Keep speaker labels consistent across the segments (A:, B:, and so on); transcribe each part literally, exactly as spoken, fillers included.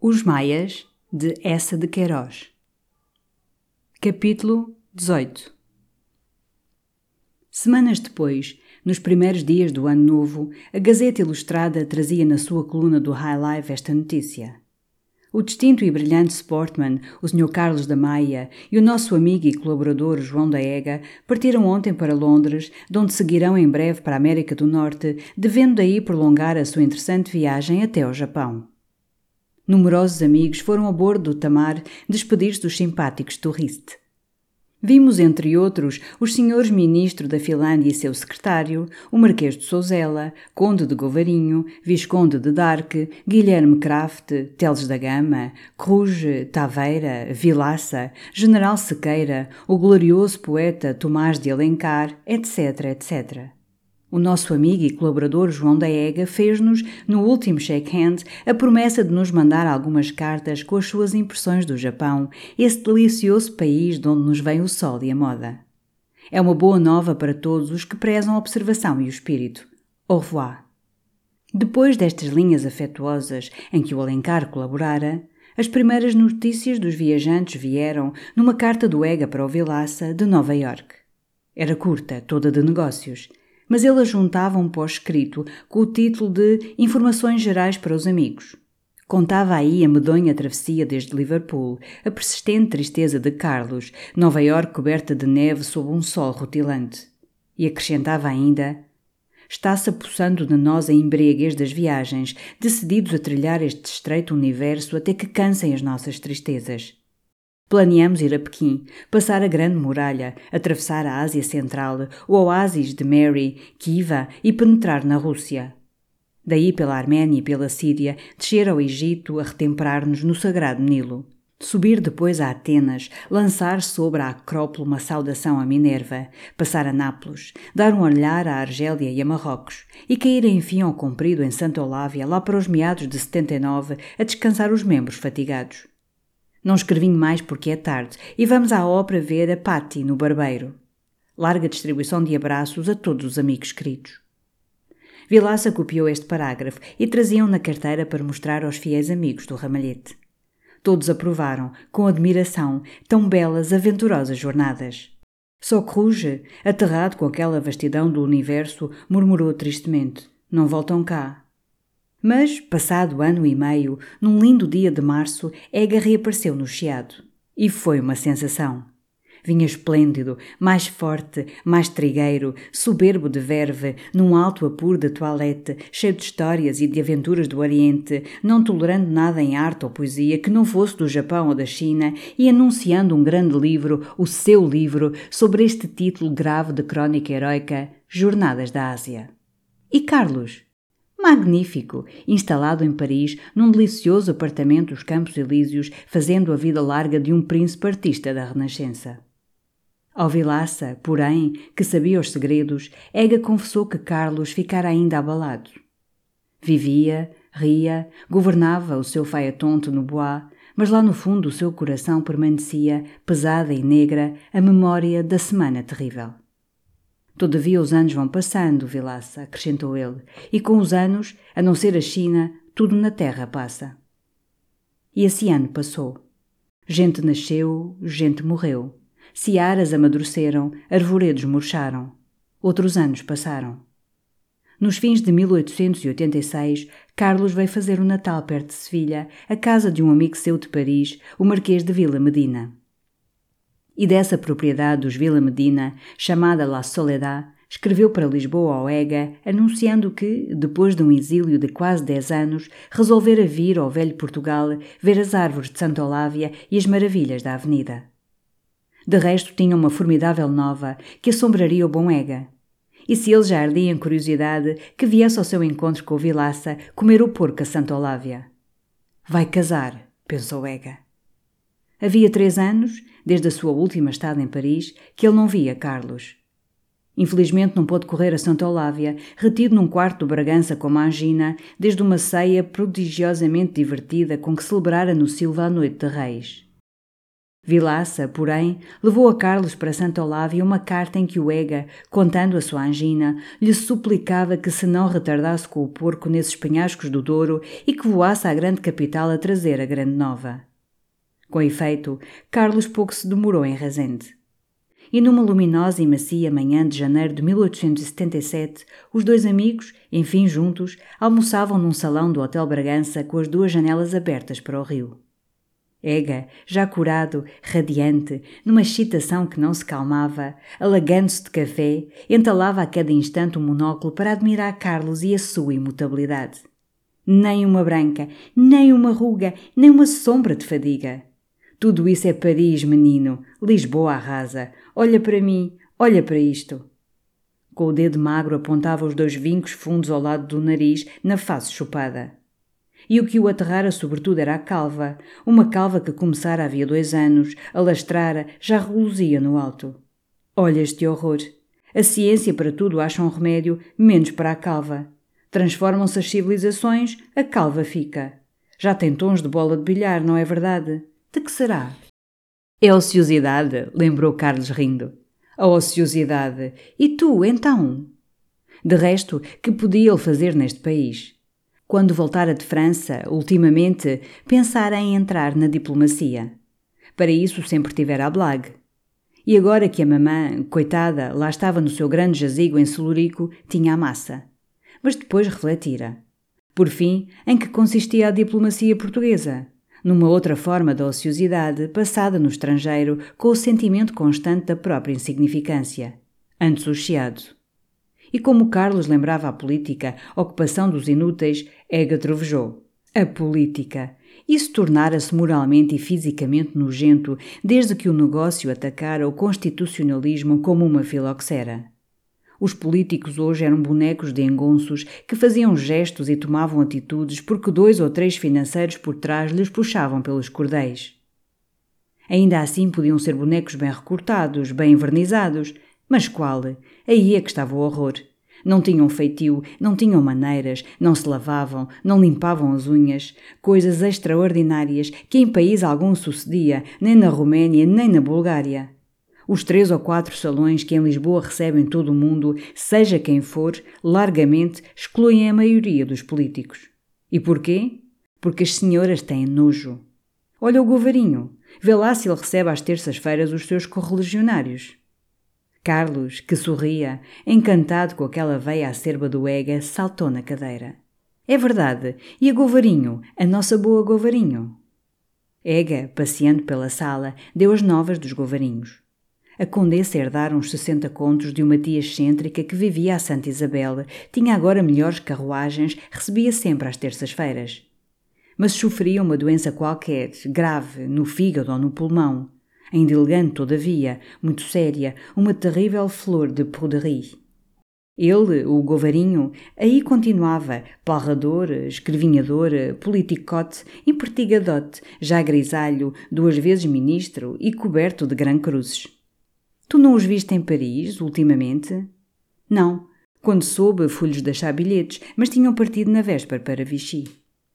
A: Os Maias, de Eça de Queiroz. Capítulo dezoito. Semanas depois, nos primeiros dias do Ano Novo, a Gazeta Ilustrada trazia na sua coluna do High Life esta notícia. O distinto e brilhante sportman, o senhor Carlos da Maia, e o nosso amigo e colaborador João da Ega partiram ontem para Londres, de onde seguirão em breve para a América do Norte, devendo daí prolongar a sua interessante viagem até ao Japão. Numerosos amigos foram a bordo do Tamar despedir-se dos simpáticos turistas. Vimos, entre outros, os senhores ministro da Finlândia e seu secretário, o Marquês de Sousela, Conde de Govarinho, Visconde de Darque, Guilherme Kraft, Teles da Gama, Cruz, Taveira, Vilaça, General Sequeira, o glorioso poeta Tomás de Alencar, etc, etcétera. O nosso amigo e colaborador João da Ega fez-nos, no último shake hand, a promessa de nos mandar algumas cartas com as suas impressões do Japão, esse delicioso país de onde nos vem o sol e a moda. É uma boa nova para todos os que prezam a observação e o espírito. Au revoir. Depois destas linhas afetuosas em que o Alencar colaborara, as primeiras notícias dos viajantes vieram numa carta do Ega para o Vilaça, de Nova Iorque. Era curta, toda de negócios, mas ele ajuntava um pós-escrito com o título de Informações Gerais para os Amigos. Contava aí a medonha travessia desde Liverpool, a persistente tristeza de Carlos, Nova Iorque coberta de neve sob um sol rutilante. E acrescentava ainda: está-se apossando de nós a embriaguez das viagens, decididos a trilhar este estreito universo até que cansem as nossas tristezas. Planeamos ir a Pequim, passar a Grande Muralha, atravessar a Ásia Central, o oásis de Mary, Khiva e penetrar na Rússia. Daí pela Arménia e pela Síria, descer ao Egito a retemperar-nos no sagrado Nilo. Subir depois a Atenas, lançar sobre a Acrópole uma saudação a Minerva, passar a Nápoles, dar um olhar à Argélia e a Marrocos e cair enfim ao comprido em Santa Olávia, lá para os meados de setenta e nove, a descansar os membros fatigados. Não escrevi mais porque é tarde e vamos à ópera ver a Patti no Barbeiro. Larga distribuição de abraços a todos os amigos queridos. Vilaça copiou este parágrafo e traziam na carteira para mostrar aos fiéis amigos do ramalhete. Todos aprovaram, com admiração, tão belas, aventurosas jornadas. Só Cruz, aterrado com aquela vastidão do universo, murmurou tristemente: não voltam cá. Mas, passado ano e meio, num lindo dia de março, Ega reapareceu no Chiado. E foi uma sensação. Vinha esplêndido, mais forte, mais trigueiro, soberbo de verve, num alto apuro de toilette, cheio de histórias e de aventuras do Oriente, não tolerando nada em arte ou poesia que não fosse do Japão ou da China, e anunciando um grande livro, o seu livro, sobre este título grave de crónica heroica, Jornadas da Ásia. E Carlos? Magnífico, instalado em Paris, num delicioso apartamento dos Campos Elíseos, fazendo a vida larga de um príncipe artista da Renascença. Ao Vilaça, porém, que sabia os segredos, Ega confessou que Carlos ficara ainda abalado. Vivia, ria, governava o seu faetonte no Bois, mas lá no fundo do seu coração permanecia, pesada e negra, a memória da semana terrível. Todavia os anos vão passando, Vilaça, acrescentou ele, e com os anos, a não ser a China, tudo na terra passa. E esse ano passou. Gente nasceu, gente morreu. Searas amadureceram, arvoredos murcharam. Outros anos passaram. Nos fins de mil oitocentos e oitenta e seis, Carlos veio fazer o Natal perto de Sevilha, à casa de um amigo seu de Paris, o Marquês de Vila Medina. E dessa propriedade dos Vila Medina, chamada La Soledad, escreveu para Lisboa ao Ega, anunciando que, depois de um exílio de quase dez anos, resolvera vir ao velho Portugal ver as árvores de Santa Olávia e as maravilhas da avenida. De resto, tinha uma formidável nova que assombraria o bom Ega. E se ele já ardia em curiosidade, que viesse ao seu encontro com o Vilaça comer o porco a Santa Olávia. Vai casar, pensou Ega. Havia três anos, desde a sua última estada em Paris, que ele não via Carlos. Infelizmente não pôde correr a Santa Olávia, retido num quarto do Bragança com uma angina, desde uma ceia prodigiosamente divertida com que celebrara no Silva a Noite de Reis. Vilaça, porém, levou a Carlos para Santa Olávia uma carta em que o Ega, contando a sua angina, lhe suplicava que se não retardasse com o porco nesses penhascos do Douro e que voasse à grande capital a trazer a grande nova. Com efeito, Carlos pouco se demorou em Resende. E numa luminosa e macia manhã de janeiro de mil oitocentos e setenta e sete, os dois amigos, enfim juntos, almoçavam num salão do Hotel Bragança com as duas janelas abertas para o rio. Ega, já curado, radiante, numa excitação que não se calmava, alagando-se de café, entalava a cada instante um monóculo para admirar Carlos e a sua imutabilidade. Nem uma branca, nem uma ruga, nem uma sombra de fadiga. Tudo isso é Paris, menino, Lisboa arrasa. Olha para mim, olha para isto. Com o dedo magro apontava os dois vincos fundos ao lado do nariz, na face chupada. E o que o aterrara sobretudo era a calva, uma calva que começara havia dois anos, alastrara, já reluzia no alto. Olha este horror. A ciência para tudo acha um remédio, menos para a calva. Transformam-se as civilizações, a calva fica. Já tem tons de bola de bilhar, não é verdade? De que será? É a ociosidade, lembrou Carlos rindo. A ociosidade. E tu, então? De resto, que podia ele fazer neste país? Quando voltara de França, ultimamente, pensara em entrar na diplomacia. Para isso sempre tivera a blague. E agora que a mamã, coitada, lá estava no seu grande jazigo em Celurico, tinha a massa. Mas depois refletira. Por fim, em que consistia a diplomacia portuguesa? Numa outra forma da ociosidade, passada no estrangeiro, com o sentimento constante da própria insignificância. Antes o chiado. E como Carlos lembrava a política, ocupação dos inúteis, Ega trovejou. A política. Isso tornara-se moralmente e fisicamente nojento desde que o negócio atacara o constitucionalismo como uma filoxera. Os políticos hoje eram bonecos de engonços que faziam gestos e tomavam atitudes porque dois ou três financeiros por trás lhes puxavam pelos cordéis. Ainda assim podiam ser bonecos bem recortados, bem envernizados, mas qual? Aí é que estava o horror. Não tinham feitio, não tinham maneiras, não se lavavam, não limpavam as unhas, coisas extraordinárias que em país algum sucedia, nem na Roménia nem na Bulgária. Os três ou quatro salões que em Lisboa recebem todo o mundo, seja quem for, largamente excluem a maioria dos políticos. E porquê? Porque as senhoras têm nojo. Olha o Govarinho, vê lá se ele recebe às terças-feiras os seus correligionários. Carlos, que sorria, encantado com aquela veia acerba do Ega, saltou na cadeira. É verdade, e a Govarinho, a nossa boa Govarinho? Ega, passeando pela sala, deu as novas dos Govarinhos. A condessa herdara uns sessenta contos de uma tia excêntrica que vivia a Santa Isabel, tinha agora melhores carruagens, recebia sempre às terças-feiras. Mas sofria uma doença qualquer, grave, no fígado ou no pulmão. Ainda elegante, todavia, muito séria, uma terrível flor de pruderie. Ele, o Govarinho, aí continuava, palrador, escrevinhador, politicote, impertigadote, já grisalho, duas vezes ministro e coberto de gran cruzes. Tu não os viste em Paris, ultimamente? Não. Quando soube, fui-lhes deixar bilhetes, mas tinham partido na véspera para Vichy.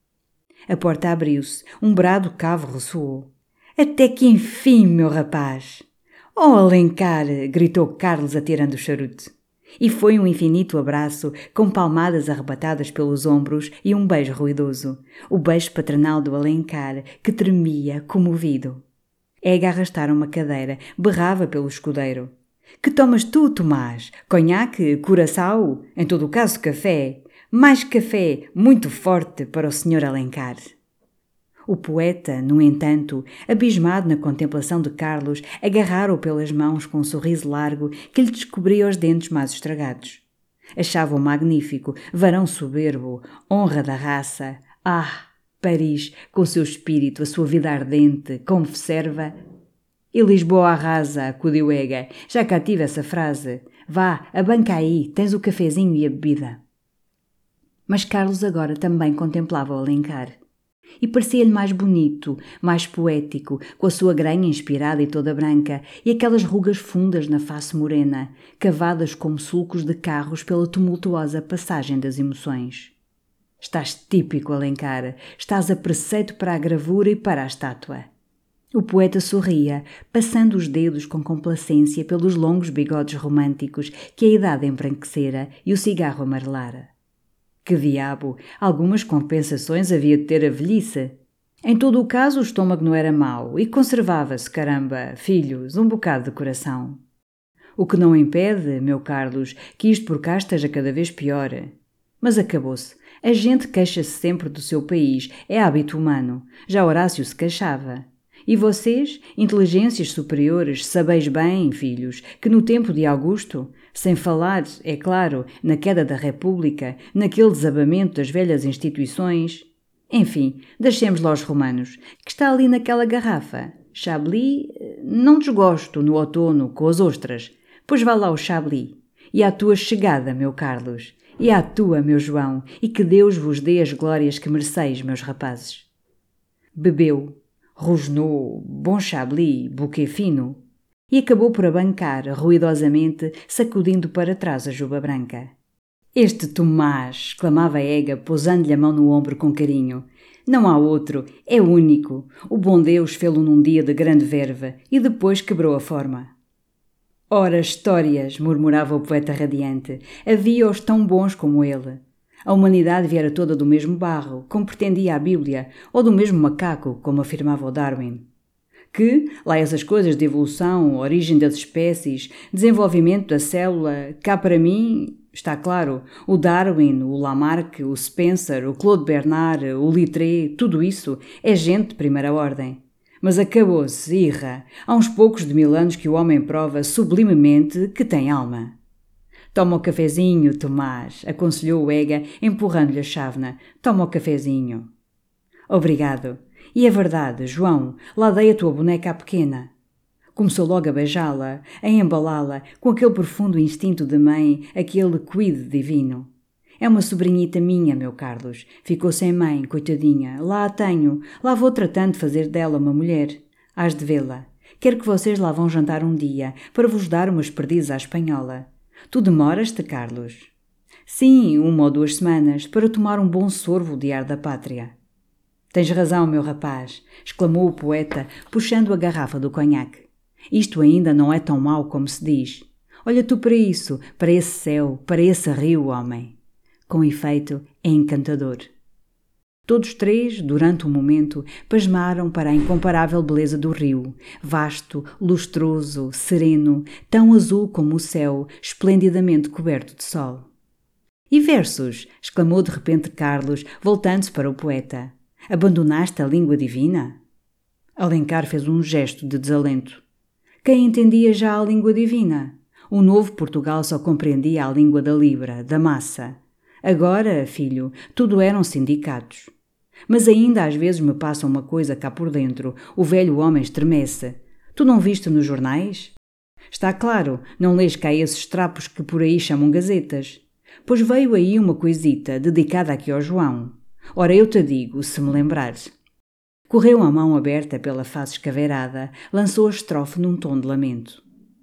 A: A porta abriu-se, um brado cavo ressoou. Até que enfim, meu rapaz! Oh, Alencar! Gritou Carlos atirando o charuto. E foi um infinito abraço, com palmadas arrebatadas pelos ombros e um beijo ruidoso. O beijo paternal do Alencar, que tremia, comovido. Ega arrastara uma cadeira, berrava pelo escudeiro. Que tomas tu, Tomás? Conhaque? Curaçao? Em todo o caso, café. Mais café, muito forte para o senhor Alencar. O poeta, no entanto, abismado na contemplação de Carlos, agarrara-o pelas mãos com um sorriso largo que lhe descobria os dentes mais estragados. Achava-o magnífico, varão soberbo, honra da raça. Ah, Paris, com o seu espírito, a sua vida ardente, como serva. E Lisboa arrasa, acudiu Ega. Já cá tive essa frase. Vá, abanca aí, tens o cafezinho e a bebida. Mas Carlos agora também contemplava o Alencar. E parecia-lhe mais bonito, mais poético, com a sua granha inspirada e toda branca, e aquelas rugas fundas na face morena, cavadas como sulcos de carros pela tumultuosa passagem das emoções. Estás típico, Alencar, estás a preceito para a gravura e para a estátua. O poeta sorria, passando os dedos com complacência pelos longos bigodes românticos que a idade embranquecera e o cigarro amarelara. Que diabo! Algumas compensações havia de ter a velhice. Em todo o caso, o estômago não era mau e conservava-se, caramba, filhos, um bocado de coração. O que não impede, meu Carlos, que isto por cá esteja cada vez pior. Mas acabou-se. A gente queixa-se sempre do seu país, é hábito humano. Já Horácio se queixava. E vocês, inteligências superiores, sabeis bem, filhos, que no tempo de Augusto, sem falar, é claro, na queda da República, naquele desabamento das velhas instituições… Enfim, deixemos lá os romanos, que está ali naquela garrafa. Chablis, não desgosto no outono com as ostras, pois vá lá o Chablis. E à tua chegada, meu Carlos, e à tua, meu João, e que Deus vos dê as glórias que mereceis, meus rapazes. Bebeu, rosnou, bom Chablis, buquê fino, e acabou por abancar, ruidosamente, sacudindo para trás a juba branca. Este Tomás, exclamava Ega, pousando-lhe a mão no ombro com carinho. Não há outro, é único. O bom Deus fê-lo num dia de grande verve e depois quebrou a forma. Ora, histórias, murmurava o poeta radiante, havia-os tão bons como ele. A humanidade viera toda do mesmo barro, como pretendia a Bíblia, ou do mesmo macaco, como afirmava o Darwin. Que, lá essas coisas de evolução, origem das espécies, desenvolvimento da célula, cá para mim… Está claro, o Darwin, o Lamarck, o Spencer, o Claude Bernard, o Littré, tudo isso é gente de primeira ordem. Mas acabou-se, irra, há uns poucos de mil anos que o homem prova sublimemente que tem alma. Toma o cafezinho, Tomás, aconselhou o Ega, empurrando-lhe a chávena. Toma o cafezinho. Obrigado. E é verdade, João, lá dei a tua boneca à pequena. Começou logo a beijá-la, a embalá-la, com aquele profundo instinto de mãe, aquele cuide divino. É uma sobrinhita minha, meu Carlos. Ficou sem mãe, coitadinha. Lá a tenho. Lá vou tratando de fazer dela uma mulher. Hás de vê-la. Quero que vocês lá vão jantar um dia, para vos dar umas perdizes à espanhola. Tu demoras-te, Carlos? Sim, uma ou duas semanas, para tomar um bom sorvo de ar da pátria. Tens razão, meu rapaz, exclamou o poeta, puxando a garrafa do conhaque. Isto ainda não é tão mau como se diz. Olha tu para isso, para esse céu, para esse rio, homem. Com efeito, é encantador. Todos três, durante um momento, pasmaram para a incomparável beleza do rio, vasto, lustroso, sereno, tão azul como o céu, esplendidamente coberto de sol. E versos? Exclamou de repente Carlos, voltando-se para o poeta. Abandonaste a língua divina? Alencar fez um gesto de desalento. Quem entendia já a língua divina? O novo Portugal só compreendia a língua da libra, da massa. Agora, filho, tudo eram sindicatos. Mas ainda às vezes me passa uma coisa cá por dentro, o velho homem estremece. Tu não viste nos jornais? Está claro, não lês cá esses trapos que por aí chamam gazetas. Pois veio aí uma coisita dedicada aqui ao João. Ora, eu te digo, se me lembrares. Correu a mão aberta pela face escaveirada, lançou a estrofe num tom de lamento.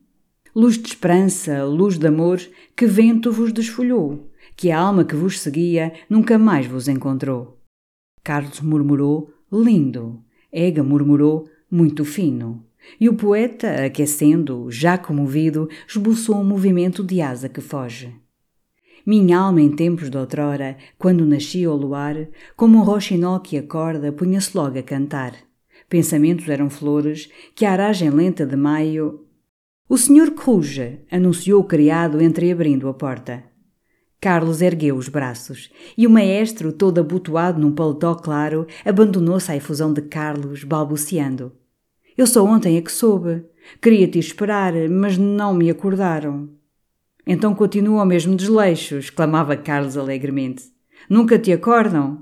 A: Luz de esperança, luz de amor, que vento vos desfolhou, que a alma que vos seguia nunca mais vos encontrou. Carlos murmurou, lindo. Ega murmurou, muito fino. E o poeta, aquecendo, já comovido, esboçou um movimento de asa que foge. Minha alma em tempos de outrora, quando nascia o luar, como um roxinol que acorda, punha-se logo a cantar. Pensamentos eram flores, que a aragem lenta de maio… O senhor Cruz, anunciou o criado entreabrindo a porta. Carlos ergueu os braços, e o maestro, todo abotoado num paletó claro, abandonou-se à efusão de Carlos, balbuciando. Eu só ontem é que soube. Queria-te esperar, mas não me acordaram. Então continua o mesmo desleixo, exclamava Carlos alegremente. Nunca te acordam?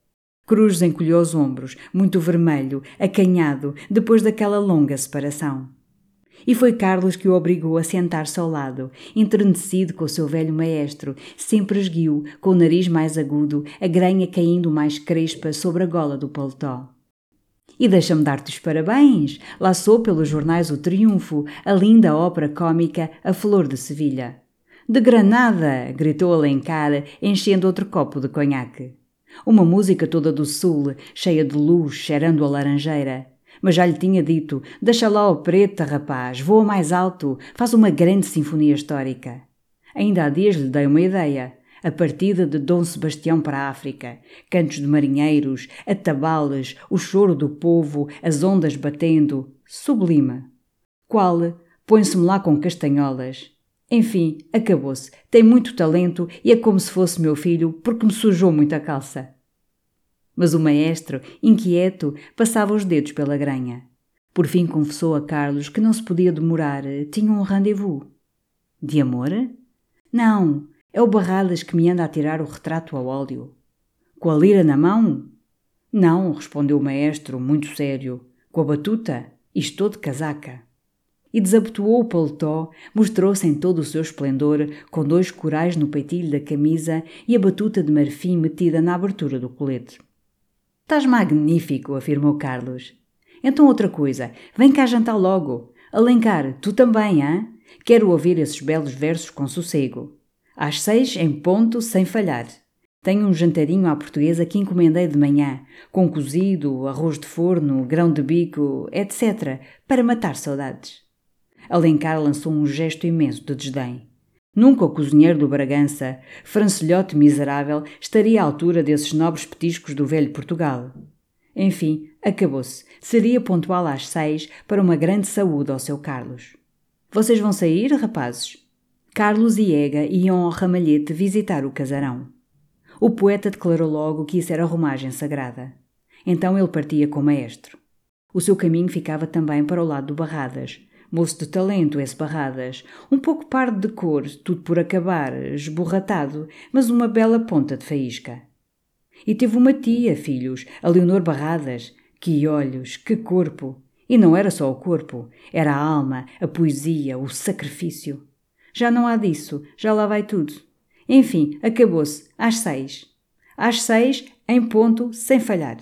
A: Cruz encolheu os ombros, muito vermelho, acanhado, depois daquela longa separação. E foi Carlos que o obrigou a sentar-se ao lado, enternecido com o seu velho maestro, sempre esguio, com o nariz mais agudo, a granha caindo mais crespa sobre a gola do paletó. E deixa-me dar-te os parabéns, laçou pelos jornais o triunfo, a linda ópera cômica A Flor de Sevilha. De Granada! Gritou Alencar, enchendo outro copo de conhaque. Uma música toda do sul, cheia de luz, cheirando a laranjeira. Mas já lhe tinha dito, deixa lá o preto, rapaz, voa mais alto, faz uma grande sinfonia histórica. Ainda há dias lhe dei uma ideia. A partida de Dom Sebastião para a África, cantos de marinheiros, atabales, o choro do povo, as ondas batendo, sublime. Qual? Põe-se-me lá com castanholas. Enfim, acabou-se. Tem muito talento e é como se fosse meu filho porque me sujou muito a calça. Mas o maestro, inquieto, passava os dedos pela granha. Por fim confessou a Carlos que não se podia demorar, tinha um rendezvous. De amor? Não, é o Barradas que me anda a tirar o retrato ao óleo. Com a lira na mão? Não, respondeu o maestro, muito sério. Com a batuta? E estou de casaca. E desabotoou o paletó, mostrou-se em todo o seu esplendor, com dois corais no peitilho da camisa e a batuta de marfim metida na abertura do colete. Estás magnífico, afirmou Carlos. Então outra coisa, vem cá jantar logo. Alencar, tu também, hã? Quero ouvir esses belos versos com sossego. Às seis, em ponto, sem falhar. Tenho um jantarinho à portuguesa que encomendei de manhã, com cozido, arroz de forno, grão de bico, etcétera, para matar saudades. Alencar lançou um gesto imenso de desdém. Nunca o cozinheiro do Bragança, francelhote miserável, estaria à altura desses nobres petiscos do velho Portugal. Enfim, acabou-se. Seria pontual às seis para uma grande saúde ao seu Carlos. Vocês vão sair, rapazes? Carlos e Ega iam ao ramalhete visitar o casarão. O poeta declarou logo que isso era romagem sagrada. Então ele partia com o maestro. O seu caminho ficava também para o lado do Barradas. Moço de talento esse Barradas, um pouco pardo de cor, tudo por acabar, esborratado, mas uma bela ponta de faísca. E teve uma tia, filhos, a Leonor Barradas. Que olhos, que corpo! E não era só o corpo, era a alma, a poesia, o sacrifício. Já não há disso, já lá vai tudo. Enfim, acabou-se, às seis. Às seis, em ponto, sem falhar.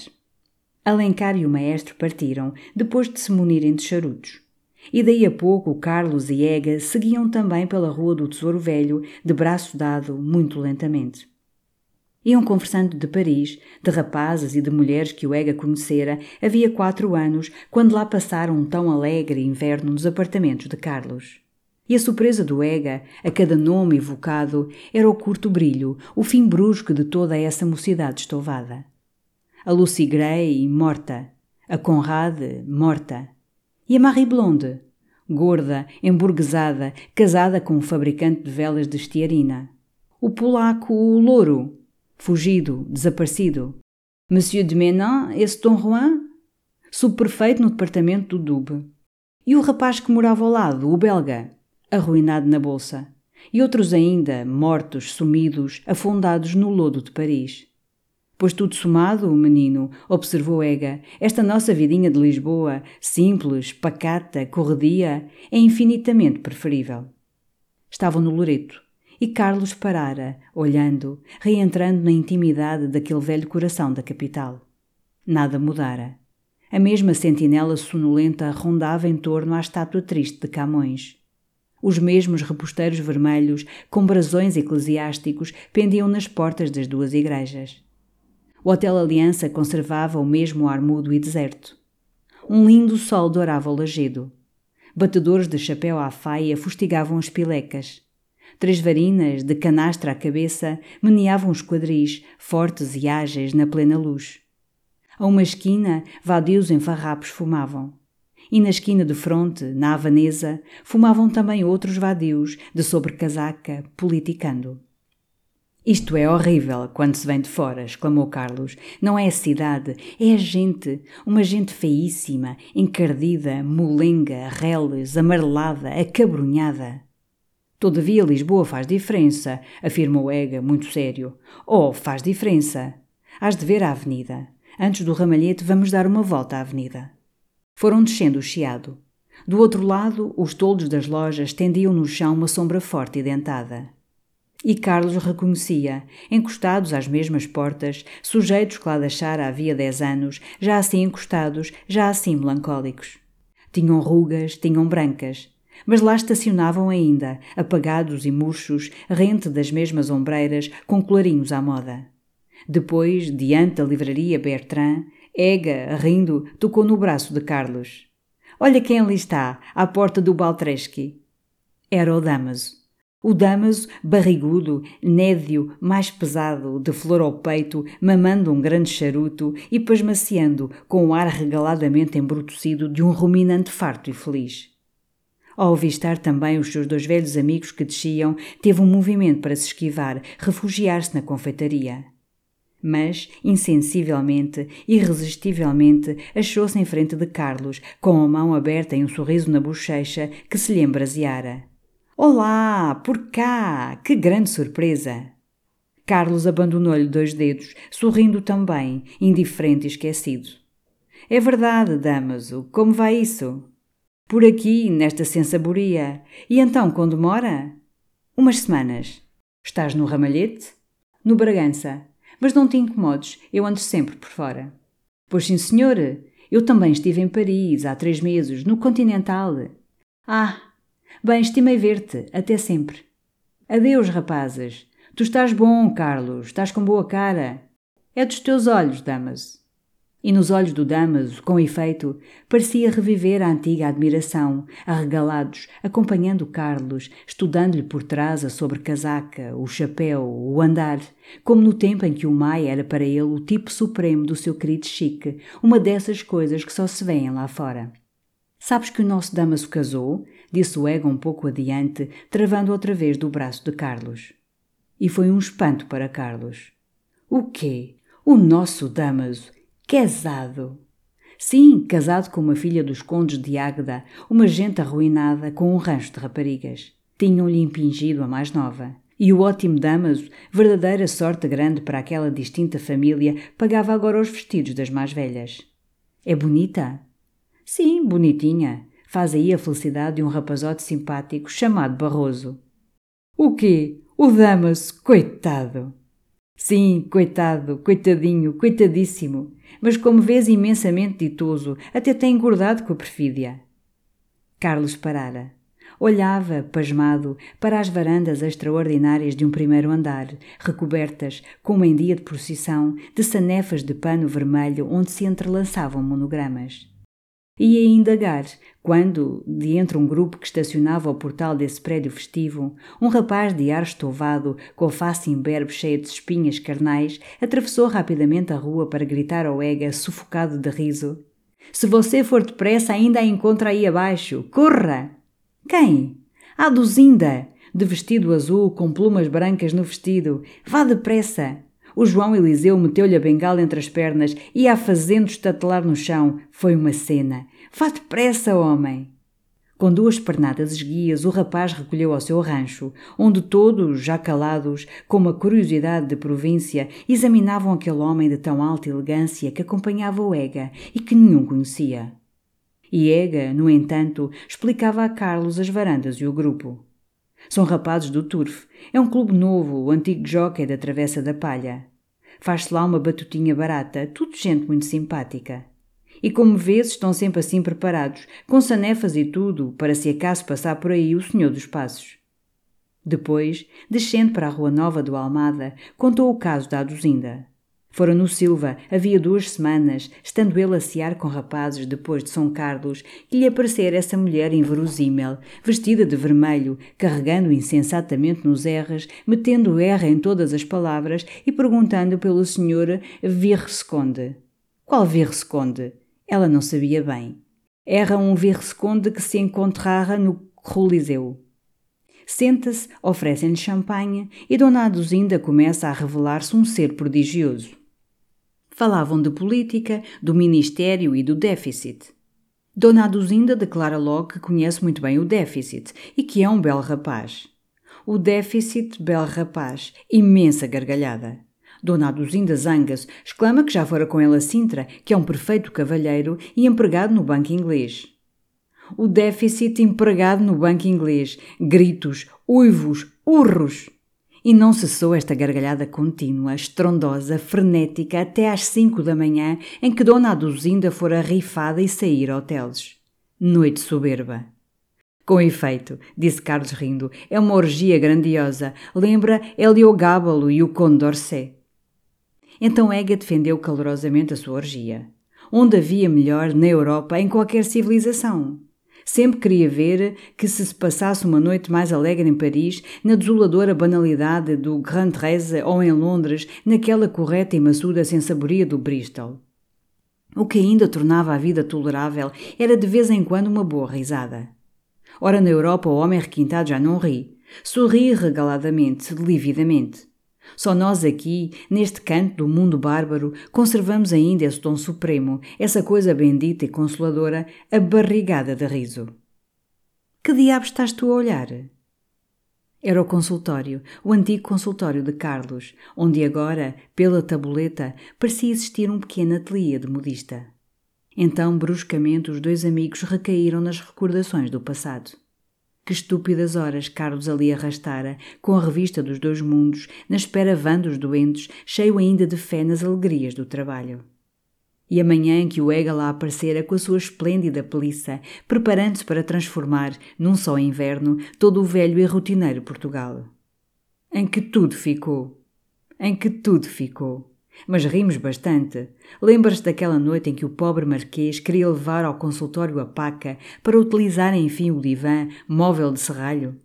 A: Alencar e o maestro partiram, depois de se munirem de charutos. E daí a pouco o Carlos e Ega seguiam também pela Rua do Tesouro Velho, de braço dado, muito lentamente. Iam conversando de Paris, de rapazes e de mulheres que o Ega conhecera havia quatro anos, quando lá passaram um tão alegre inverno nos apartamentos de Carlos. E a surpresa do Ega, a cada nome evocado, era o curto brilho, o fim brusco de toda essa mocidade estouvada. A Lucy Gray, morta. A Conrad, morta. E a Marie Blonde, gorda, emburguesada, casada com um fabricante de velas de estearina. O polaco, o louro, fugido, desaparecido. Monsieur de Menin, esse Dom Juan, subprefeito no departamento do Doubs. E o rapaz que morava ao lado, o belga, arruinado na bolsa. E outros ainda, mortos, sumidos, afundados no lodo de Paris. Pois tudo somado, menino, observou Ega, esta nossa vidinha de Lisboa, simples, pacata, corredia, é infinitamente preferível. Estavam no Loreto, e Carlos parara, olhando, reentrando na intimidade daquele velho coração da capital. Nada mudara. A mesma sentinela sonolenta rondava em torno à estátua triste de Camões. Os mesmos reposteiros vermelhos, com brasões eclesiásticos, pendiam nas portas das duas igrejas. O Hotel Aliança conservava o mesmo ar mudo e deserto. Um lindo sol dourava o lajedo. Batedores de chapéu à faia fustigavam as pilecas. Três varinas, de canastra à cabeça, meneavam os quadris, fortes e ágeis na plena luz. A uma esquina, vadios em farrapos fumavam. E na esquina de fronte, na Havanesa, fumavam também outros vadios, de sobrecasaca, politicando. Isto é horrível quando se vem de fora, exclamou Carlos. Não é a cidade, é a gente, uma gente feíssima, encardida, molenga, reles, amarelada, acabrunhada. Todavia Lisboa faz diferença, afirmou Ega, muito sério. Oh, faz diferença. Hás de ver a avenida. Antes do ramalhete vamos dar uma volta à avenida. Foram descendo o chiado. Do outro lado, os toldos das lojas tendiam no chão uma sombra forte e dentada. E Carlos reconhecia, encostados às mesmas portas, sujeitos que lá deixara havia dez anos, já assim encostados, já assim melancólicos. Tinham rugas, tinham brancas, mas lá estacionavam ainda, apagados e murchos, rente das mesmas ombreiras, com colarinhos à moda. Depois, diante da livraria Bertrand, Ega, rindo, tocou no braço de Carlos. Olha quem ali está, à porta do Baltreski. Era o Damaso. O Damaso, barrigudo, nédio, mais pesado, de flor ao peito, mamando um grande charuto e pasmaceando com o ar regaladamente embrutecido de um ruminante farto e feliz. Ao avistar também os seus dois velhos amigos que desciam, teve um movimento para se esquivar, refugiar-se na confeitaria. Mas, insensivelmente, irresistivelmente, achou-se em frente de Carlos, com a mão aberta e um sorriso na bochecha que se lhe embraseara. Olá, por cá! Que grande surpresa! Carlos abandonou-lhe dois dedos, sorrindo também, indiferente e esquecido. É verdade, Damaso, como vai isso? Por aqui, nesta sensaboria. E então, com demora? Umas semanas. Estás no Ramalhete? No Bragança. Mas não te incomodes, eu ando sempre por fora. Pois sim, senhor. Eu também estive em Paris há três meses, no Continental. Ah, bem, estimei ver-te. Até sempre. Adeus, rapazes. Tu estás bom, Carlos. Estás com boa cara. É dos teus olhos, Damaso. E nos olhos do Damaso, com efeito, parecia reviver a antiga admiração, arregalados, acompanhando Carlos, estudando-lhe por trás a sobrecasaca, o chapéu, o andar, como no tempo em que o Maia era para ele o tipo supremo do seu querido chique, uma dessas coisas que só se vêem lá fora. Sabes que o nosso Damaso casou? Disse o Ega um pouco adiante, travando outra vez do braço de Carlos. E foi um espanto para Carlos. O quê? O nosso Damaso? Casado! Sim, casado com uma filha dos condes de Águeda, uma gente arruinada com um rancho de raparigas. Tinham-lhe impingido a mais nova. E o ótimo Damaso, verdadeira sorte grande para aquela distinta família, pagava agora os vestidos das mais velhas. É bonita? Sim, bonitinha. Faz aí a felicidade de um rapazote simpático chamado Barroso. O quê? O Damaso, coitado! Sim, coitado, coitadinho, coitadíssimo, mas como vês imensamente ditoso, até tem engordado com a perfídia. Carlos parara. Olhava, pasmado, para as varandas extraordinárias de um primeiro andar, recobertas, como em dia de procissão, de sanefas de pano vermelho onde se entrelaçavam monogramas. Ia a indagar, quando, de entre um grupo que estacionava ao portal desse prédio festivo, um rapaz de ar estovado, com a face imberbe cheia de espinhas carnais, atravessou rapidamente a rua para gritar ao Ega, sufocado de riso. Se você for depressa, ainda a encontra aí abaixo. Corra! Quem? A Duzinda, de vestido azul, com plumas brancas no vestido. Vá depressa! O João Eliseu meteu-lhe a bengala entre as pernas e ia a fazendo estatelar no chão. Foi uma cena. Vá depressa, homem! Com duas pernadas esguias, o rapaz recolheu ao seu rancho, onde todos, já calados, com uma curiosidade de província, examinavam aquele homem de tão alta elegância que acompanhava o Ega e que nenhum conhecia. E Ega, no entanto, explicava a Carlos as varandas e o grupo. São rapazes do Turf. É um clube novo, o antigo jockey da Travessa da Palha. Faz-se lá uma batutinha barata, tudo gente muito simpática. E como vês, estão sempre assim preparados, com sanefas e tudo, para se acaso passar por aí o senhor dos passos. Depois, descendo para a Rua Nova do Almada, contou o caso da Aduzinda. Fora no Silva, havia duas semanas, estando ele a cear com rapazes depois de São Carlos, que lhe aparecera essa mulher inverosímil, vestida de vermelho, carregando insensatamente nos R's, metendo R em todas as palavras e perguntando pelo senhor Virresconde. Qual Virresconde? Ela não sabia bem. Era um Virresconde que se encontrara no Coliseu. Senta-se, oferecem-lhe champanhe e Dona Aduzinda começa a revelar-se um ser prodigioso. Falavam de política, do ministério e do déficit. Dona Aduzinda declara logo que conhece muito bem o déficit e que é um belo rapaz. O déficit, belo rapaz, imensa gargalhada. Dona Aduzinda zanga-se, exclama que já fora com ele a Sintra, que é um perfeito cavalheiro e empregado no banco inglês. O déficit empregado no banco inglês, gritos, uivos, urros. E não cessou esta gargalhada contínua, estrondosa, frenética, até às cinco da manhã, em que Dona Aduzinda fora rifada e sair a hotéis. Noite soberba. Com efeito, disse Carlos rindo, é uma orgia grandiosa, lembra Heliogábalo e o Conde d'Orsay. Então Ega defendeu calorosamente a sua orgia. Onde havia melhor na Europa em qualquer civilização? Sempre queria ver que se passasse uma noite mais alegre em Paris, na desoladora banalidade do Grand Treize ou em Londres, naquela correta e maçuda sensaboria do Bristol. O que ainda tornava a vida tolerável era de vez em quando uma boa risada. Ora, na Europa o homem requintado já não ri, sorri regaladamente, lividamente. Só nós aqui, neste canto do mundo bárbaro, conservamos ainda esse tom supremo, essa coisa bendita e consoladora, a barrigada de riso. Que diabo estás tu a olhar? Era o consultório, o antigo consultório de Carlos, onde agora, pela tabuleta, parecia existir um pequeno ateliê de modista. Então, bruscamente, os dois amigos recaíram nas recordações do passado. Que estúpidas horas Carlos ali arrastara, com a revista dos dois mundos, na espera vã dos doentes, cheio ainda de fé nas alegrias do trabalho. E amanhã em que o Ega lá aparecera com a sua esplêndida peliça, preparando-se para transformar, num só inverno, todo o velho e rotineiro Portugal. Em que tudo ficou. Em que tudo ficou. Mas rimos bastante. Lembras-te daquela noite em que o pobre marquês queria levar ao consultório a paca para utilizar enfim o divã, móvel de serralho?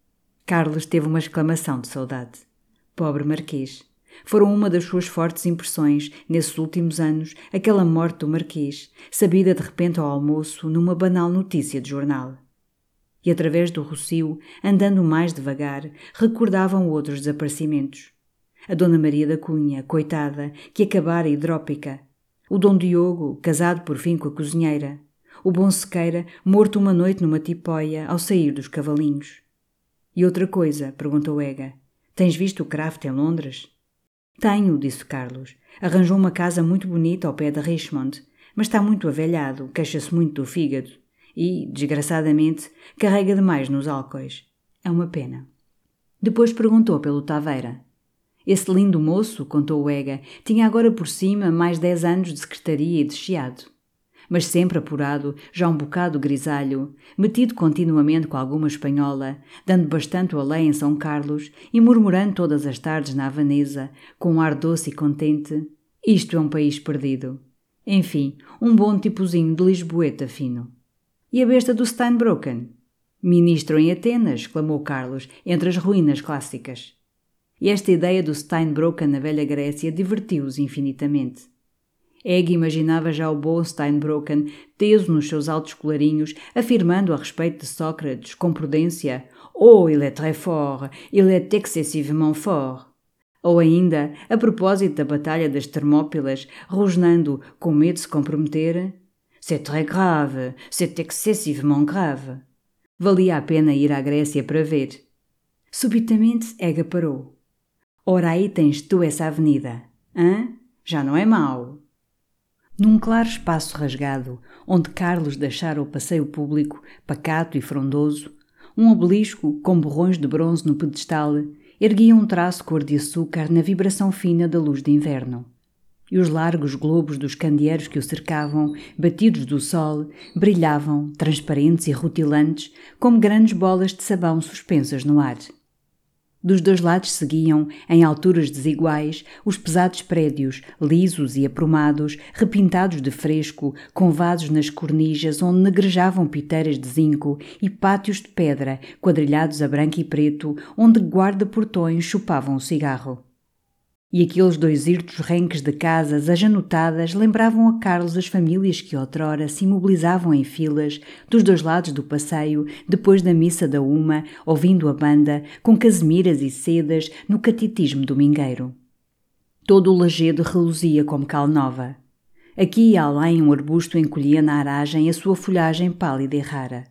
A: Carlos teve uma exclamação de saudade. Pobre marquês. Foram uma das suas fortes impressões, nesses últimos anos, aquela morte do marquês, sabida de repente ao almoço numa banal notícia de jornal. E através do rocio, andando mais devagar, recordavam outros desaparecimentos. A Dona Maria da Cunha, coitada, que acabara hidrópica. O Dom Diogo, casado por fim com a cozinheira. O Bom Sequeira, morto uma noite numa tipóia ao sair dos cavalinhos. E outra coisa, perguntou Ega. Tens visto o Kraft em Londres? Tenho, disse Carlos. Arranjou uma casa muito bonita ao pé de Richmond, mas está muito avelhado, queixa-se muito do fígado. E, desgraçadamente, carrega demais nos álcoois. É uma pena. Depois perguntou pelo Taveira. Esse lindo moço, contou o Ega, tinha agora por cima mais dez anos de secretaria e de chiado. Mas sempre apurado, já um bocado grisalho, metido continuamente com alguma espanhola, dando bastante a lei em São Carlos e murmurando todas as tardes na Havanesa, com um ar doce e contente, isto é um país perdido. Enfim, um bom tipozinho de Lisboeta fino. E a besta do Steinbrocken? Ministro em Atenas, exclamou Carlos, entre as ruínas clássicas. E esta ideia do Steinbrocken na velha Grécia divertiu-os infinitamente. Ega imaginava já o bom Steinbrocken, teso nos seus altos colarinhos, afirmando a respeito de Sócrates, com prudência, «Oh, il est très fort, il est excessivement fort!» Ou ainda, a propósito da Batalha das Termópilas, rosnando, com medo de se comprometer, «C'est très grave, c'est excessivement grave!» Valia a pena ir à Grécia para ver. Subitamente, Ega parou. Ora aí tens tu essa avenida, hã? Já não é mau. Num claro espaço rasgado, onde Carlos deixara o passeio público, pacato e frondoso, um obelisco com borrões de bronze no pedestal erguia um traço cor de açúcar na vibração fina da luz de inverno. E os largos globos dos candeeiros que o cercavam, batidos do sol, brilhavam, transparentes e rutilantes, como grandes bolas de sabão suspensas no ar. Dos dois lados seguiam, em alturas desiguais, os pesados prédios, lisos e aprumados, repintados de fresco, com vasos nas cornijas onde negrejavam piteiras de zinco e pátios de pedra, quadrilhados a branco e preto, onde guarda-portões chupavam o cigarro. E aqueles dois hirtos renques de casas ajanotadas lembravam a Carlos as famílias que outrora se imobilizavam em filas dos dois lados do passeio, depois da missa da uma, ouvindo a banda, com casemiras e sedas no catetismo domingueiro. Todo o lajedo reluzia como cal nova. Aqui e além um arbusto encolhia na aragem a sua folhagem pálida e rara.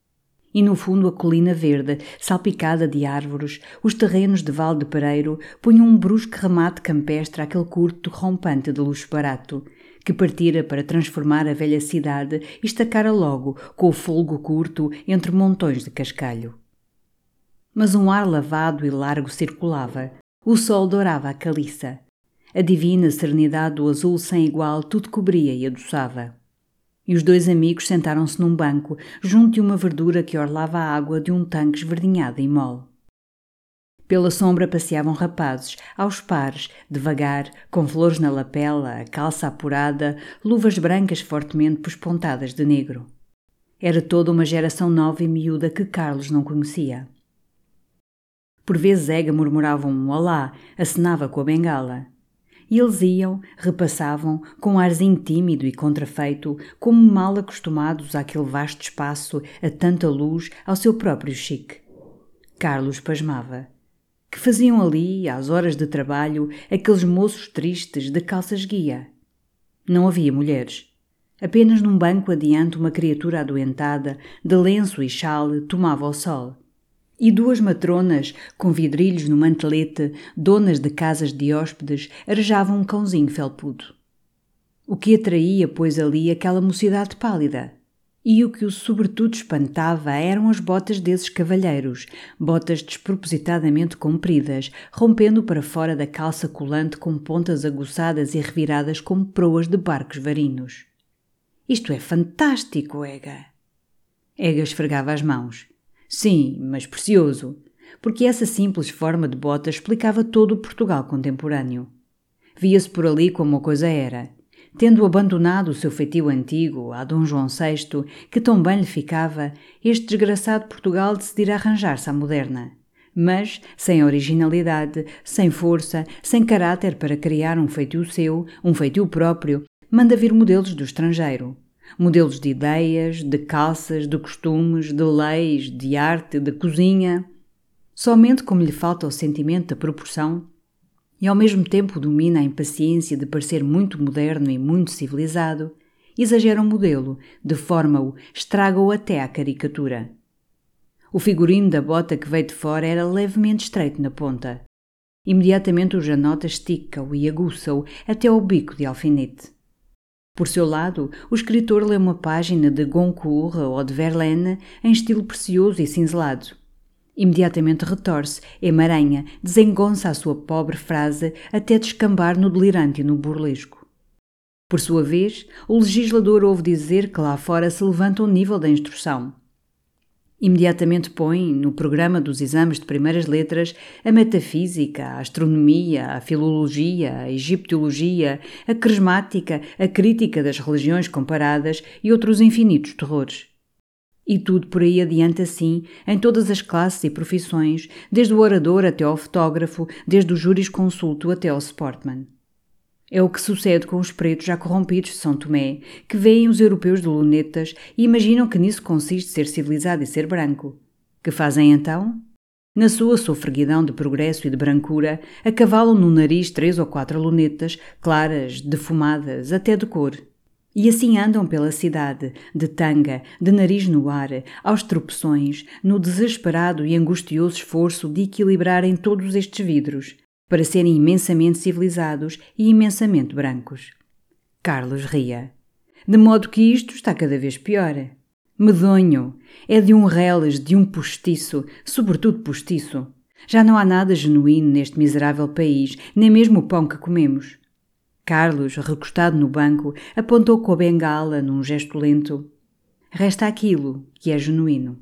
A: E no fundo a colina verde, salpicada de árvores, os terrenos de Val de Pereiro punham um brusco remate campestre àquele curto rompante de luxo barato, que partira para transformar a velha cidade e estacara logo, com o folgo curto, entre montões de cascalho. Mas um ar lavado e largo circulava. O sol dourava a caliça. A divina serenidade do azul sem igual tudo cobria e adoçava. E os dois amigos sentaram-se num banco, junto de uma verdura que orlava a água de um tanque esverdinhado e mole. Pela sombra passeavam rapazes, aos pares, devagar, com flores na lapela, a calça apurada, luvas brancas fortemente pespontadas de negro. Era toda uma geração nova e miúda que Carlos não conhecia. Por vezes Ega murmurava um olá, acenava com a bengala. E eles iam, repassavam, com um arzinho tímido e contrafeito, como mal acostumados àquele vasto espaço, a tanta luz, ao seu próprio chique. Carlos pasmava. Que faziam ali, às horas de trabalho, aqueles moços tristes de calças guia? Não havia mulheres. Apenas num banco adiante uma criatura adoentada, de lenço e chale, tomava o sol. E duas matronas, com vidrilhos no mantelete, donas de casas de hóspedes, arejavam um cãozinho felpudo. O que atraía, pois, ali aquela mocidade pálida? E o que o sobretudo espantava eram as botas desses cavalheiros, botas despropositadamente compridas, rompendo para fora da calça colante com pontas aguçadas e reviradas como proas de barcos varinos. Isto é fantástico, Ega! Ega esfregava as mãos. Sim, mas precioso, porque essa simples forma de bota explicava todo o Portugal contemporâneo. Via-se por ali como a coisa era. Tendo abandonado o seu feitio antigo, a Dom João sexto, que tão bem lhe ficava, este desgraçado Portugal decidira arranjar-se à moderna. Mas, sem originalidade, sem força, sem caráter para criar um feitio seu, um feitio próprio, manda vir modelos do estrangeiro. Modelos de ideias, de calças, de costumes, de leis, de arte, de cozinha. Somente como lhe falta o sentimento da proporção e ao mesmo tempo domina a impaciência de parecer muito moderno e muito civilizado, exagera o modelo, deforma-o, estraga-o até à caricatura. O figurino da bota que veio de fora era levemente estreito na ponta. Imediatamente o janota estica-o e aguça-o até ao bico de alfinete. Por seu lado, o escritor lê uma página de Goncourt ou de Verlaine em estilo precioso e cinzelado. Imediatamente retorce, emaranha, desengonça a sua pobre frase até descambar no delirante e no burlesco. Por sua vez, o legislador ouve dizer que lá fora se levanta o nível da instrução. Imediatamente põe, no programa dos exames de primeiras letras, a metafísica, a astronomia, a filologia, a egiptologia, a crismática, a crítica das religiões comparadas e outros infinitos terrores. E tudo por aí adiante assim, em todas as classes e profissões, desde o orador até ao fotógrafo, desde o jurisconsulto até ao sportman. É o que sucede com os pretos já corrompidos de São Tomé, que veem os europeus de lunetas e imaginam que nisso consiste ser civilizado e ser branco. Que fazem então? Na sua sofreguidão de progresso e de brancura, acavalam no nariz três ou quatro lunetas, claras, defumadas, até de cor. E assim andam pela cidade, de tanga, de nariz no ar, aos tropeções, no desesperado e angustioso esforço de equilibrarem todos estes vidros, para serem imensamente civilizados e imensamente brancos. Carlos ria. De modo que isto está cada vez pior. Medonho. É de um reles, de um postiço, sobretudo postiço. Já não há nada genuíno neste miserável país, nem mesmo o pão que comemos. Carlos, recostado no banco, apontou com a bengala num gesto lento. Resta aquilo que é genuíno.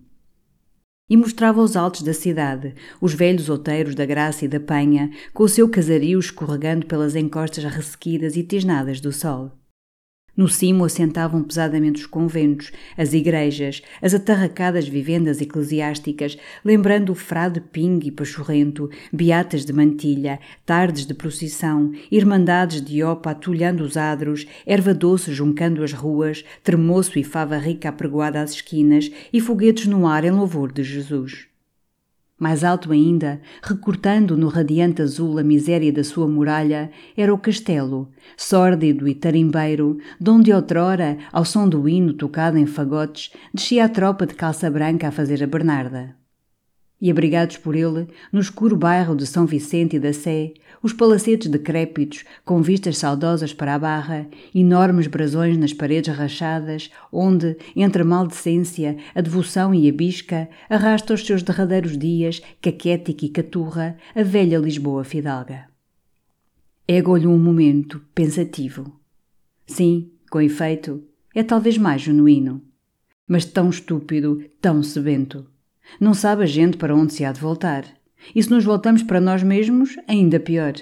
A: E mostrava os altos da cidade, os velhos outeiros da Graça e da Penha, com o seu casario escorregando pelas encostas ressequidas e tisnadas do sol. No cimo assentavam pesadamente os conventos, as igrejas, as atarracadas vivendas eclesiásticas, lembrando o frade pingue e pachorrento, beatas de mantilha, tardes de procissão, irmandades de opa atulhando os adros, erva doce juncando as ruas, tremoço e fava rica apregoada às esquinas e foguetes no ar em louvor de Jesus. Mais alto ainda, recortando no radiante azul a miséria da sua muralha, era o castelo, sórdido e tarimbeiro, donde outrora, ao som do hino tocado em fagotes, descia a tropa de calça branca a fazer a Bernarda. E abrigados por ele, no escuro bairro de São Vicente e da Sé, os palacetes decrépitos, com vistas saudosas para a Barra, enormes brasões nas paredes rachadas, onde, entre a maldecência, a devoção e a bisca, arrasta os seus derradeiros dias, caquética e caturra, a velha Lisboa fidalga. Ega-lhe um momento, pensativo. Sim, com efeito, é talvez mais genuíno. Mas tão estúpido, tão sebento. Não sabe a gente para onde se há de voltar. E se nos voltamos para nós mesmos, ainda pior.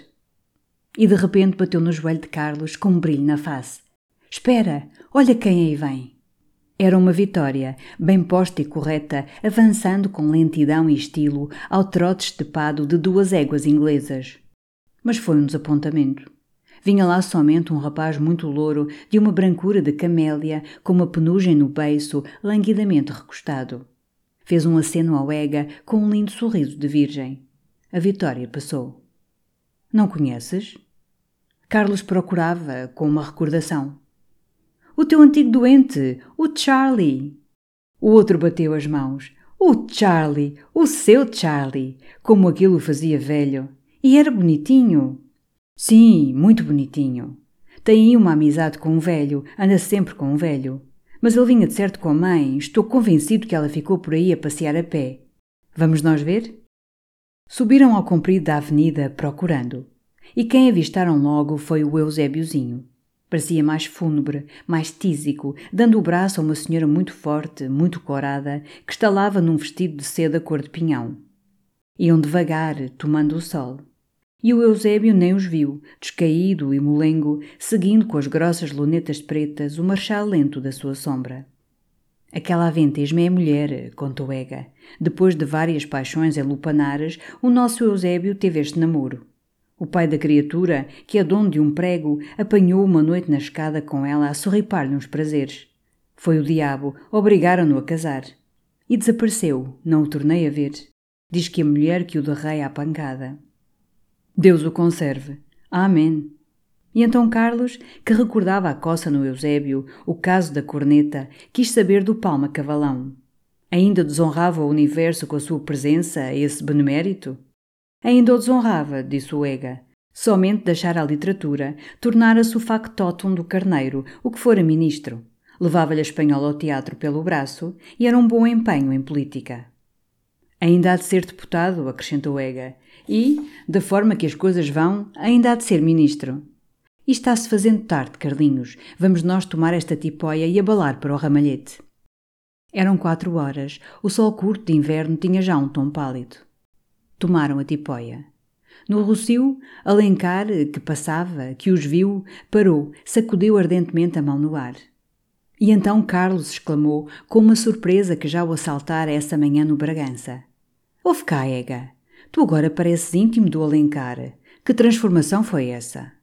A: E de repente bateu no joelho de Carlos com um brilho na face. Espera, olha quem aí vem. Era uma Vitória, bem posta e correta, avançando com lentidão e estilo ao trote estepado de duas éguas inglesas. Mas foi um desapontamento. Vinha lá somente um rapaz muito louro, de uma brancura de camélia, com uma penugem no beiço, languidamente recostado. Fez um aceno ao Ega com um lindo sorriso de virgem. A Vitória passou. Não conheces? Carlos procurava, com uma recordação. O teu antigo doente, o Charlie. O outro bateu as mãos. O Charlie, o seu Charlie, como aquilo o fazia velho. E era bonitinho. Sim, muito bonitinho. Tem aí uma amizade com um velho, anda sempre com um velho. Mas ele vinha de certo com a mãe, estou convencido que ela ficou por aí a passear a pé. Vamos nós ver? Subiram ao comprido da avenida procurando. E quem avistaram logo foi o Eusébiozinho. Parecia mais fúnebre, mais tísico, dando o braço a uma senhora muito forte, muito corada, que estalava num vestido de seda cor de pinhão. Iam devagar, tomando o sol. E o Eusébio nem os viu, descaído e molengo, seguindo com as grossas lunetas pretas o marchar lento da sua sombra. Aquela aventesma é a mulher, contou Ega. Depois de várias paixões enlupanares, o nosso Eusébio teve este namoro. O pai da criatura, que é dono de um prego, apanhou uma noite na escada com ela a sorripar-lhe uns prazeres. Foi o diabo, obrigaram-no a casar. E desapareceu, não o tornei a ver. Diz que a mulher que o derreia à pancada. Deus o conserve. Amém. E então Carlos, que recordava a coça no Eusébio, o caso da corneta, quis saber do Palma Cavalão. Ainda desonrava o universo com a sua presença, esse benemérito? Ainda o desonrava, disse o Ega. Somente deixar a literatura, tornara-se o factotum do carneiro, o que fora ministro. Levava-lhe a espanhola ao teatro pelo braço e era um bom empenho em política. Ainda há de ser deputado, acrescentou Ega, e, da forma que as coisas vão, ainda há de ser ministro. E está-se fazendo tarde, Carlinhos. Vamos nós tomar esta tipóia e abalar para o ramalhete. Eram quatro horas. O sol curto de inverno tinha já um tom pálido. Tomaram a tipóia. No rocio, Alencar, que passava, que os viu, parou, sacudiu ardentemente a mão no ar. E então Carlos exclamou, com uma surpresa que já o assaltara essa manhã no Bragança. Ouve cá, Ega. Tu agora pareces íntimo do Alencar. Que transformação foi essa?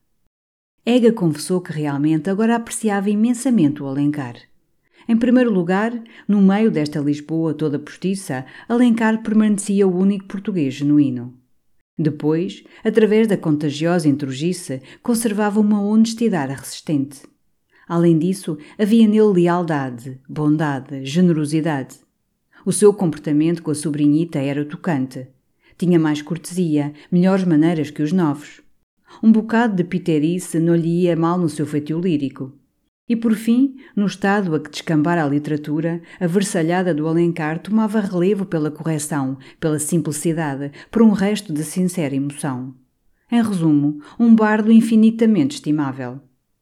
A: Ega confessou que realmente agora apreciava imensamente o Alencar. Em primeiro lugar, no meio desta Lisboa toda postiça, Alencar permanecia o único português genuíno. Depois, através da contagiosa intrugice, conservava uma honestidade resistente. Além disso, havia nele lealdade, bondade, generosidade. O seu comportamento com a sobrinhita era tocante. Tinha mais cortesia, melhores maneiras que os novos. Um bocado de piterice não lhe ia mal no seu feitio lírico. E por fim, no estado a que descambara a literatura, a versalhada do Alencar tomava relevo pela correção, pela simplicidade, por um resto de sincera emoção. Em resumo, um bardo infinitamente estimável.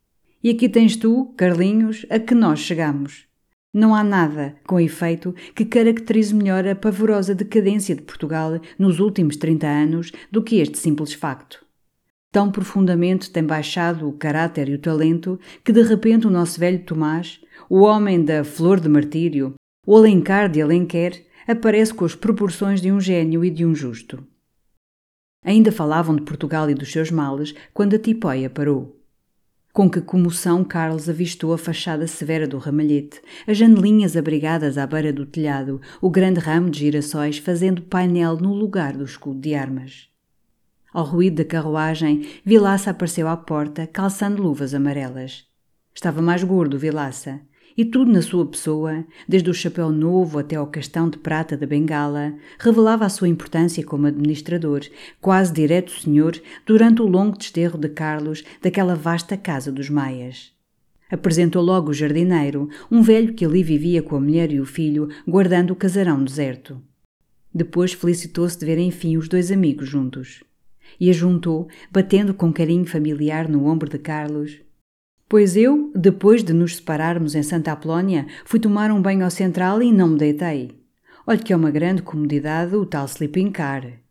A: E aqui tens tu, Carlinhos, a que nós chegamos. Não há nada, com efeito, que caracterize melhor a pavorosa decadência de Portugal nos últimos trinta anos do que este simples facto. Tão profundamente tem baixado o caráter e o talento que de repente o nosso velho Tomás, o homem da flor de martírio, o Alencar de Alenquer, aparece com as proporções de um gênio e de um justo. Ainda falavam de Portugal e dos seus males quando a tipóia parou. Com que comoção Carlos avistou a fachada severa do ramalhete, as janelinhas abrigadas à beira do telhado, o grande ramo de girassóis fazendo painel no lugar do escudo de armas. Ao ruído da carruagem, Vilaça apareceu à porta, calçando luvas amarelas. Estava mais gordo, Vilaça, e tudo na sua pessoa, desde o chapéu novo até ao castão de prata da bengala, revelava a sua importância como administrador, quase direto senhor, durante o longo desterro de Carlos daquela vasta casa dos Maias. Apresentou logo o jardineiro, um velho que ali vivia com a mulher e o filho, guardando o casarão deserto. Depois felicitou-se de ver enfim os dois amigos juntos. E ajuntou, batendo com carinho familiar no ombro de Carlos. Pois eu, depois de nos separarmos em Santa Apolónia, fui tomar um banho ao Central e não me deitei. Olhe que é uma grande comodidade o tal sleeping car.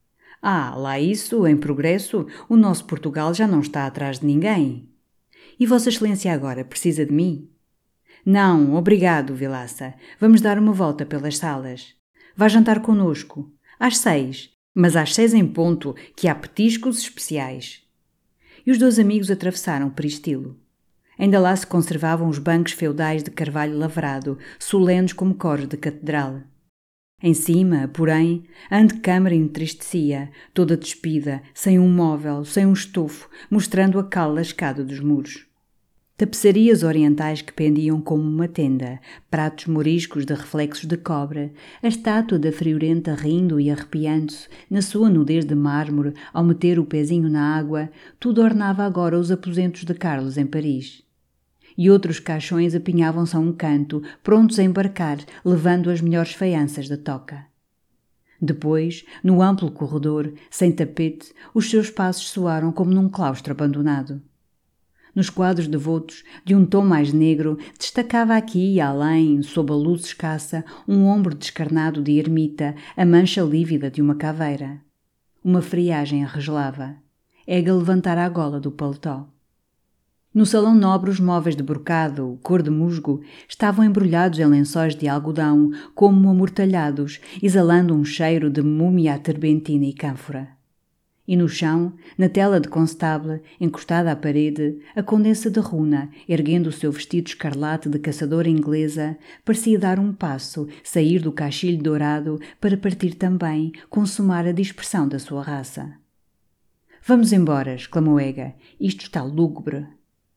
A: Ah, lá isso, em progresso, o nosso Portugal já não está atrás de ninguém. E Vossa Excelência agora precisa de mim? Não, obrigado, Vilaça. Vamos dar uma volta pelas salas. Vá jantar connosco. Às seis, mas às seis em ponto, que há petiscos especiais. E os dois amigos atravessaram peristilo. Ainda lá se conservavam os bancos feudais de carvalho lavrado, solenes como coros de catedral. Em cima, porém, a antecâmara entristecia, toda despida, sem um móvel, sem um estofo, mostrando a cal lascada dos muros. Tapeçarias orientais que pendiam como uma tenda, pratos moriscos de reflexos de cobre, a estátua da friorenta rindo e arrepiando-se, na sua nudez de mármore, ao meter o pezinho na água, tudo ornava agora os aposentos de Carlos em Paris. E outros caixões apinhavam-se a um canto, prontos a embarcar, levando as melhores faianças da toca. Depois, no amplo corredor, sem tapete, os seus passos soaram como num claustro abandonado. Nos quadros devotos, de um tom mais negro, destacava aqui e além, sob a luz escassa, um ombro descarnado de ermita, a mancha lívida de uma caveira. Uma friagem arregelava. Ega levantara a gola do paletó. No salão nobre os móveis de brocado, cor de musgo, estavam embrulhados em lençóis de algodão, como amortalhados, exalando um cheiro de múmia terbentina e cânfora. E no chão, na tela de constável, encostada à parede, a condessa de Runa, erguendo o seu vestido escarlate de caçadora inglesa, parecia dar um passo, sair do caixilho dourado para partir também, consumar a dispersão da sua raça. «Vamos embora», exclamou Ega, «isto está lúgubre».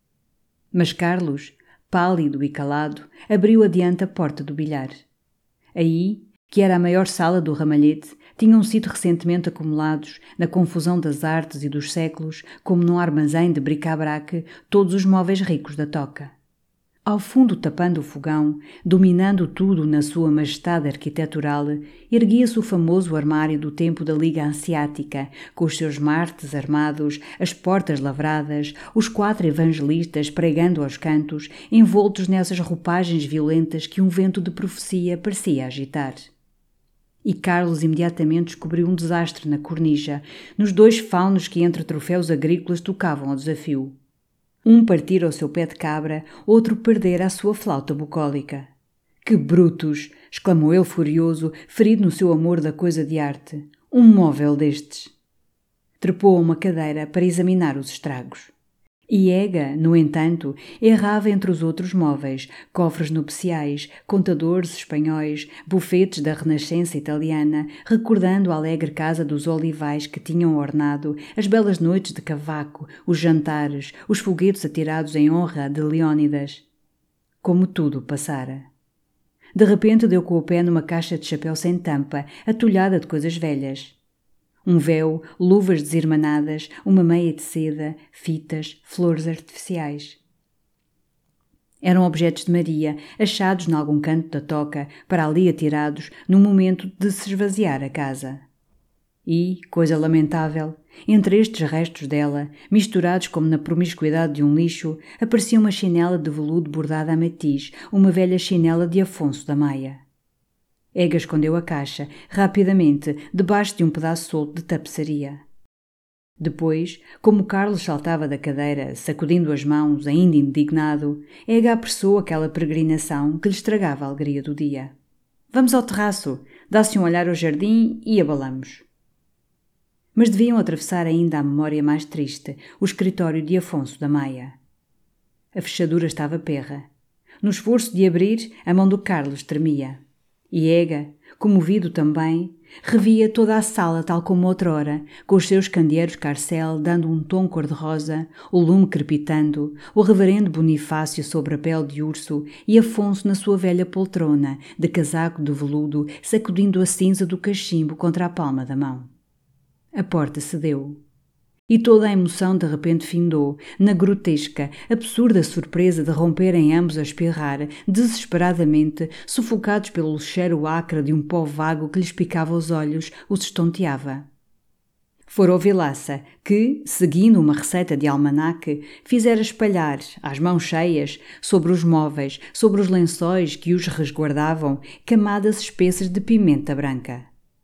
A: Mas Carlos, pálido e calado, abriu adiante a porta do bilhar. Aí, que era a maior sala do ramalhete, tinham sido recentemente acumulados, na confusão das artes e dos séculos, como num armazém de bric-a-brac, todos os móveis ricos da toca. Ao fundo, tapando o fogão, dominando tudo na sua majestade arquitetural, erguia-se o famoso armário do tempo da Liga Hanseática, com os seus martes armados, as portas lavradas, os quatro evangelistas pregando aos cantos, envoltos nessas roupagens violentas que um vento de profecia parecia agitar. E Carlos imediatamente descobriu um desastre na cornija, nos dois faunos que entre troféus agrícolas tocavam ao desafio. Um partira o seu pé de cabra, outro perdera a sua flauta bucólica. «Que brutos!» exclamou ele furioso, ferido no seu amor da coisa de arte. «Um móvel destes!» Trepou a uma cadeira para examinar os estragos. E Ega, no entanto, errava entre os outros móveis, cofres nupciais, contadores espanhóis, bufetes da Renascença italiana, recordando a alegre casa dos olivais que tinham ornado, as belas noites de cavaco, os jantares, os foguetes atirados em honra de Leónidas. Como tudo passara. De repente deu com o pé numa caixa de chapéu sem tampa, atulhada de coisas velhas. Um véu, luvas desirmanadas, uma meia de seda, fitas, flores artificiais. Eram objetos de Maria, achados em algum canto da toca, para ali atirados, no momento de se esvaziar a casa. E, coisa lamentável, entre estes restos dela, misturados como na promiscuidade de um lixo, aparecia uma chinela de veludo bordada a matiz, uma velha chinela de Afonso da Maia. Ega escondeu a caixa, rapidamente, debaixo de um pedaço solto de tapeçaria. Depois, como Carlos saltava da cadeira, sacudindo as mãos, ainda indignado, Ega apressou aquela peregrinação que lhe estragava a alegria do dia. «Vamos ao terraço, dá-se um olhar ao jardim e abalamos». Mas deviam atravessar ainda a memória mais triste, o escritório de Afonso da Maia. A fechadura estava perra. No esforço de abrir, a mão do Carlos tremia. E Ega, comovido também, revia toda a sala tal como outrora, com os seus candeeiros carcel dando um tom cor-de-rosa, o lume crepitando, o reverendo Bonifácio sobre a pele de urso e Afonso na sua velha poltrona, de casaco de veludo, sacudindo a cinza do cachimbo contra a palma da mão. A porta cedeu. E toda a emoção de repente findou, na grotesca, absurda surpresa de romperem ambos a espirrar, desesperadamente, sufocados pelo cheiro acre de um pó vago que lhes picava os olhos, os estonteava. Fora o Vilaça, que, seguindo uma receita de almanaque, fizera espalhar, às mãos cheias, sobre os móveis, sobre os lençóis que os resguardavam, camadas espessas de pimenta branca.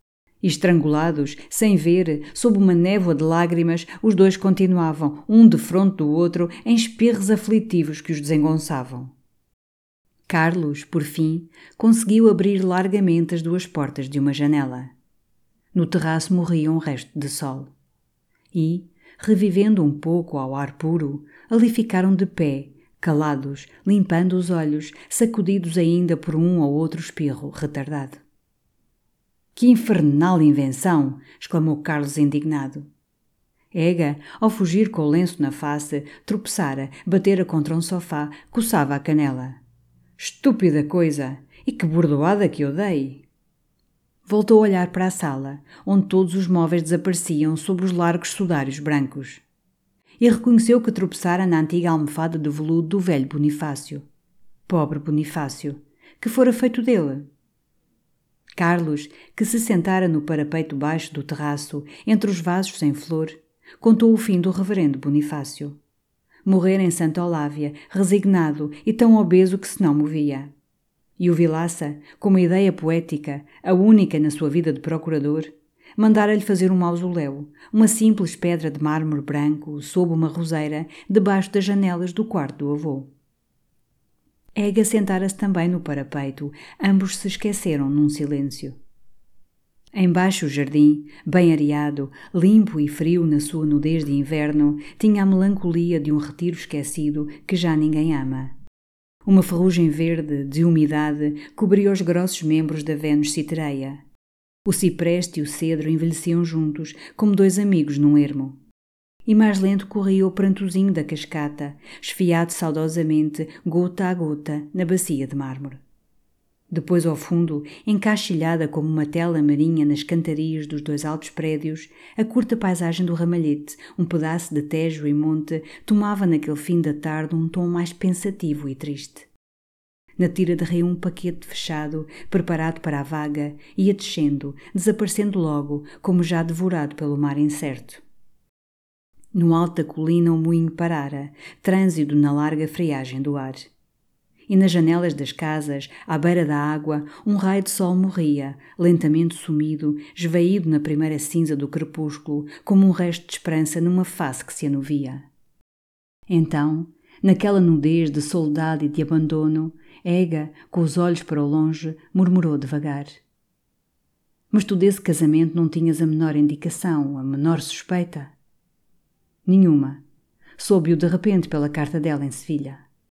A: E estrangulados, sem ver, sob uma névoa de lágrimas, os dois continuavam, um defronte do outro, em espirros aflitivos que os desengonçavam. Carlos, por fim, conseguiu abrir largamente as duas portas de uma janela. No terraço morria um resto de sol. E, revivendo um pouco ao ar puro, ali ficaram de pé, calados, limpando os olhos, sacudidos ainda por um ou outro espirro retardado. «Que infernal invenção!» exclamou Carlos indignado. Ega, ao fugir com o lenço na face, tropeçara, batera contra um sofá, coçava a canela. «Estúpida coisa! E que bordoada que eu dei!» Voltou a olhar para a sala, onde todos os móveis desapareciam sob os largos sudários brancos. E reconheceu que tropeçara na antiga almofada de veludo do velho Bonifácio. Pobre Bonifácio! Que fora feito dele? Carlos, que se sentara no parapeito baixo do terraço, entre os vasos sem flor, contou o fim do reverendo Bonifácio. Morrera em Santa Olávia, resignado e tão obeso que se não movia. E o Vilaça, com uma ideia poética, a única na sua vida de procurador, mandara-lhe fazer um mausoléu, uma simples pedra de mármore branco, sob uma roseira, debaixo das janelas do quarto do avô. Ega sentara-se também no parapeito, ambos se esqueceram num silêncio. Embaixo o jardim, bem areado, limpo e frio na sua nudez de inverno, tinha a melancolia de um retiro esquecido que já ninguém ama. Uma ferrugem verde, de umidade, cobria os grossos membros da Vênus citereia. O cipreste e o cedro envelheciam juntos, como dois amigos num ermo. E mais lento corria o prantozinho da cascata, esfiado saudosamente, gota a gota, na bacia de mármore. Depois, ao fundo, encaixilhada como uma tela marinha nas cantarias dos dois altos prédios, a curta paisagem do Ramalhete, um pedaço de tejo e monte, tomava naquele fim da tarde um tom mais pensativo e triste. Na tira de rio um paquete fechado, preparado para a vaga, ia descendo, desaparecendo logo, como já devorado pelo mar incerto. No alto da colina o moinho parara, trânsido na larga friagem do ar. E nas janelas das casas, à beira da água, um raio de sol morria, lentamente sumido, esvaído na primeira cinza do crepúsculo, como um resto de esperança numa face que se anuvia. Então, naquela nudez de soledade e de abandono, Ega, com os olhos para o longe, murmurou devagar. «Mas tu desse casamento não tinhas a menor indicação, a menor suspeita?» Nenhuma. Soube-o de repente pela carta dela em Sevilha.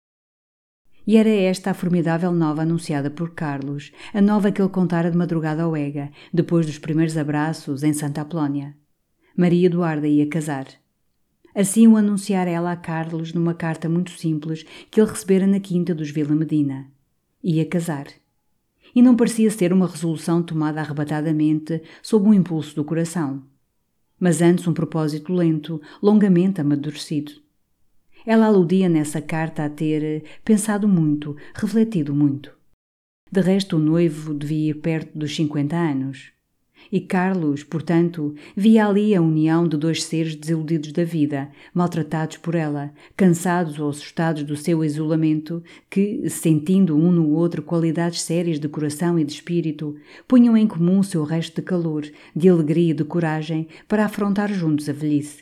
A: E era esta a formidável nova anunciada por Carlos, a nova que ele contara de madrugada ao Ega, depois dos primeiros abraços em Santa Apolónia. Maria Eduarda ia casar. Assim o anunciara ela a Carlos numa carta muito simples que ele recebera na quinta dos Vila Medina. Ia casar. E não parecia ser uma resolução tomada arrebatadamente sob um impulso do coração, mas antes um propósito lento, longamente amadurecido. Ela aludia nessa carta a ter pensado muito, refletido muito. De resto, o noivo devia ir perto dos cinquenta anos. E Carlos, portanto, via ali a união de dois seres desiludidos da vida, maltratados por ela, cansados ou assustados do seu isolamento, que, sentindo um no outro qualidades sérias de coração e de espírito, punham em comum o seu resto de calor, de alegria e de coragem para afrontar juntos a velhice.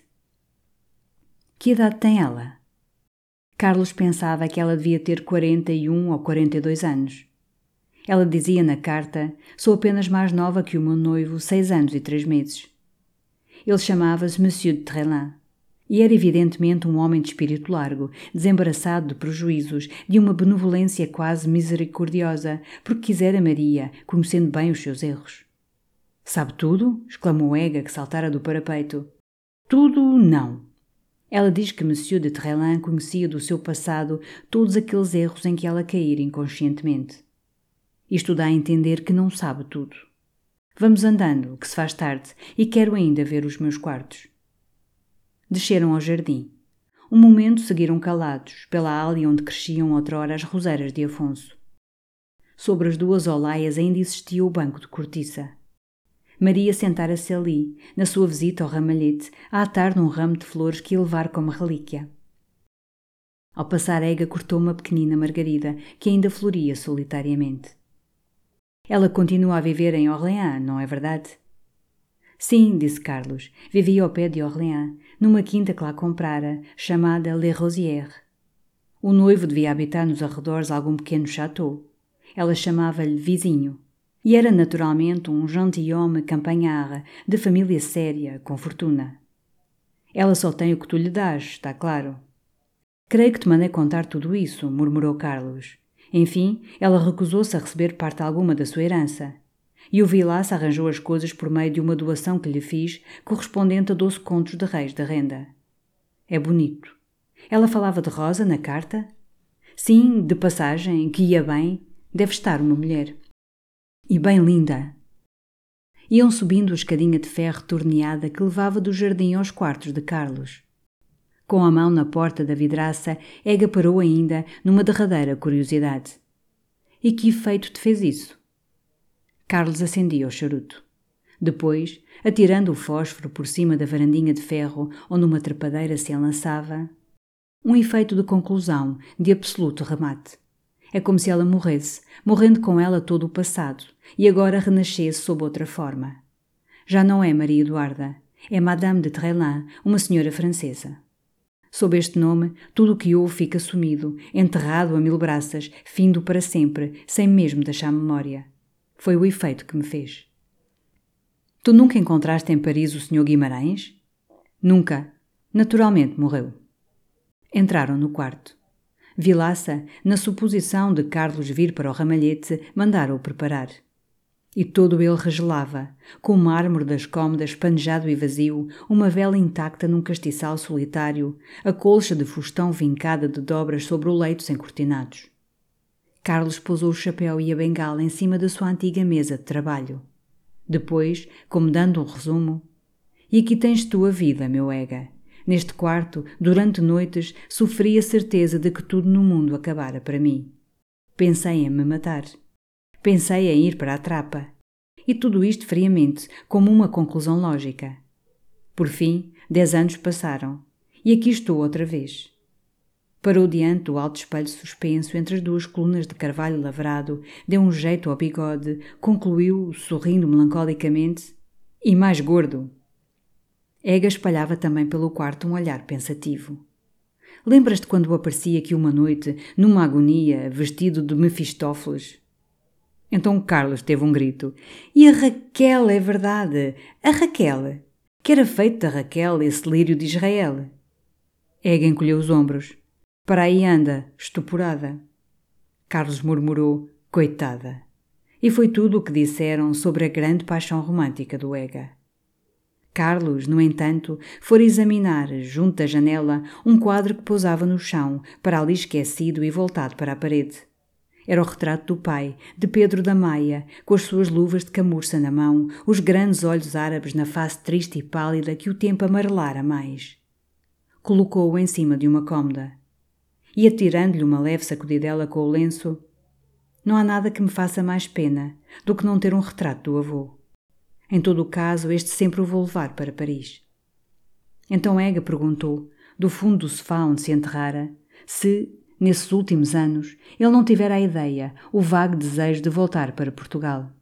A: Que idade tem ela? Carlos pensava que ela devia ter quarenta e um ou quarenta e dois anos. Ela dizia na carta: sou apenas mais nova que o meu noivo, seis anos e três meses. Ele chamava-se Monsieur de Trelin e era evidentemente um homem de espírito largo, desembaraçado de prejuízos, de uma benevolência quase misericordiosa, porque quisera Maria, conhecendo bem os seus erros. Sabe tudo? Exclamou Ega, que saltara do parapeito. Tudo, não. Ela diz que Monsieur de Trelin conhecia do seu passado todos aqueles erros em que ela caíra inconscientemente. Isto dá a entender que não sabe tudo. Vamos andando, que se faz tarde, e quero ainda ver os meus quartos. Desceram ao jardim. Um momento seguiram calados, pela área onde cresciam outrora as roseiras de Afonso. Sobre as duas olaias ainda existia o banco de cortiça. Maria sentara-se ali, na sua visita ao Ramalhete, a atar num ramo de flores que ia levar como relíquia. Ao passar, Ega cortou uma pequenina margarida, que ainda floria solitariamente. Ela continua a viver em Orléans, não é verdade? Sim, disse Carlos, vivia ao pé de Orléans, numa quinta que lá comprara, chamada Les Rosières. O noivo devia habitar nos arredores algum pequeno château. Ela chamava-lhe vizinho. E era naturalmente um gentilhomme campagnard, de família séria, com fortuna. Ela só tem o que tu lhe dás, está claro. Creio que te mandei contar tudo isso, murmurou Carlos. Enfim, ela recusou-se a receber parte alguma da sua herança. E o Vilaça arranjou as coisas por meio de uma doação que lhe fiz, correspondente a doze contos de réis de renda. É bonito. Ela falava de Rosa na carta? Sim, de passagem, que ia bem. Deve estar uma mulher. E bem linda. Iam subindo a escadinha de ferro torneada que levava do jardim aos quartos de Carlos. Com a mão na porta da vidraça, Ega parou ainda numa derradeira curiosidade. E que efeito te fez isso? Carlos acendia o charuto. Depois, atirando o fósforo por cima da varandinha de ferro onde uma trepadeira se enlaçava, um efeito de conclusão, de absoluto remate. É como se ela morresse, morrendo com ela todo o passado, e agora renascesse sob outra forma. Já não é Maria Eduarda, é Madame de Trelan, uma senhora francesa. Sob este nome, tudo o que houve fica sumido, enterrado a mil braças, findo para sempre, sem mesmo deixar memória. Foi o efeito que me fez. Tu nunca encontraste em Paris o senhor Guimarães? Nunca. Naturalmente morreu. Entraram no quarto. Vilaça, na suposição de Carlos vir para o ramalhete, mandara-o preparar. E todo ele regelava, com o mármore das cômodas espanejado e vazio, uma vela intacta num castiçal solitário, a colcha de fustão vincada de dobras sobre o leito sem cortinados. Carlos pousou o chapéu e a bengala em cima da sua antiga mesa de trabalho. Depois, como dando um resumo, e aqui tens tu a vida, meu Ega. Neste quarto, durante noites, sofri a certeza de que tudo no mundo acabara para mim. Pensei em me matar. Pensei em ir para a trapa. E tudo isto friamente, como uma conclusão lógica. Por fim, dez anos passaram. E aqui estou outra vez. Parou diante do alto espelho suspenso entre as duas colunas de carvalho lavrado, deu um jeito ao bigode, concluiu, sorrindo melancolicamente, e mais gordo. Ega espalhava também pelo quarto um olhar pensativo. Lembras-te quando aparecia aqui uma noite, numa agonia, vestido de Mefistófeles? Então Carlos teve um grito. E a Raquel, é verdade! A Raquel! Que era feito da Raquel esse lírio de Israel? Ega encolheu os ombros. Para aí anda, estuporada. Carlos murmurou, coitada. E foi tudo o que disseram sobre a grande paixão romântica do Ega. Carlos, no entanto, fora examinar, junto da janela, um quadro que pousava no chão, para ali esquecido e voltado para a parede. Era o retrato do pai, de Pedro da Maia, com as suas luvas de camurça na mão, os grandes olhos árabes na face triste e pálida que o tempo amarelara mais. Colocou-o em cima de uma cômoda. E atirando-lhe uma leve sacudidela com o lenço, não há nada que me faça mais pena do que não ter um retrato do avô. Em todo o caso, este sempre o vou levar para Paris. Então Ega perguntou, do fundo do sofá onde se enterrara, se, nesses últimos anos, ele não tivera a ideia, o vago desejo de voltar para Portugal.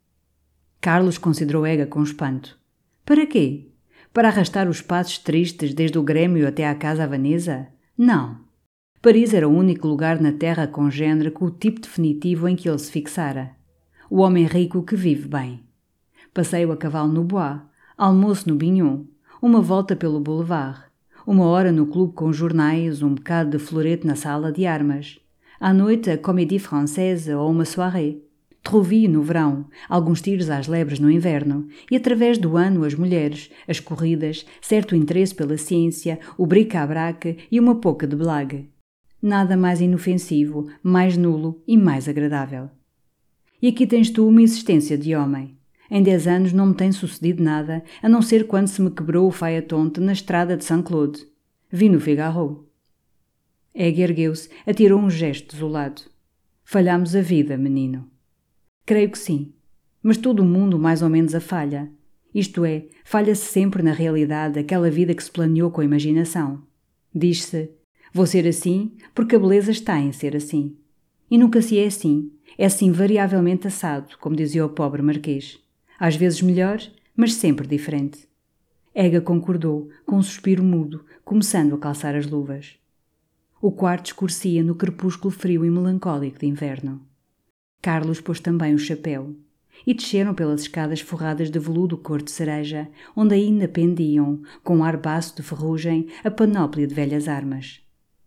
A: Carlos considerou Ega com espanto. Para quê? Para arrastar os passos tristes desde o Grêmio até à casa havanesa? Não. Paris era o único lugar na terra congênere com o tipo definitivo em que ele se fixara. O homem rico que vive bem. Passeio a cavalo no Bois, almoço no Bignon, uma volta pelo Boulevard, uma hora no clube com jornais, um bocado de florete na sala de armas, à noite a Comédie Française ou uma soirée, Trouville no verão, alguns tiros às lebres no inverno, e através do ano as mulheres, as corridas, certo interesse pela ciência, o bric-à-brac e uma pouca de blague. Nada mais inofensivo, mais nulo e mais agradável. E aqui tens tu uma existência de homem. Em dez anos não me tem sucedido nada, a não ser quando se me quebrou o faia-tonte na estrada de Saint-Claude. Vi no Figaro. Ega ergueu-se, atirou um gesto desolado. Falhámos a vida, menino. Creio que sim. Mas todo o mundo mais ou menos a falha. Isto é, falha-se sempre na realidade aquela vida que se planeou com a imaginação. Diz-se, vou ser assim porque a beleza está em ser assim. E nunca se é assim. É assim variavelmente assado, como dizia o pobre marquês. Às vezes melhor, mas sempre diferente. Ega concordou, com um suspiro mudo, começando a calçar as luvas. O quarto escurecia no crepúsculo frio e melancólico de inverno. Carlos pôs também o chapéu e desceram pelas escadas forradas de veludo cor de cereja, onde ainda pendiam, com um ar baço de ferrugem, a panóplia de velhas armas.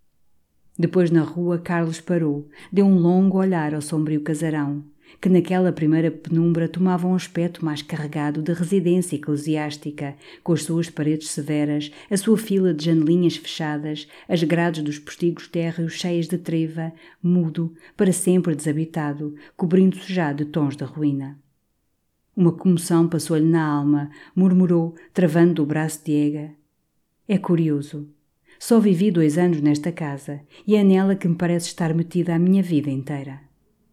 A: Depois, na rua, Carlos parou, deu um longo olhar ao sombrio casarão, que naquela primeira penumbra tomava um aspecto mais carregado de residência eclesiástica, com as suas paredes severas, a sua fila de janelinhas fechadas, as grades dos postigos térreos cheias de treva, mudo, para sempre desabitado, cobrindo-se já de tons de ruína. Uma comoção passou-lhe na alma, murmurou, travando o braço de Ega. É curioso. Só vivi dois anos nesta casa e é nela que me parece estar metida a minha vida inteira.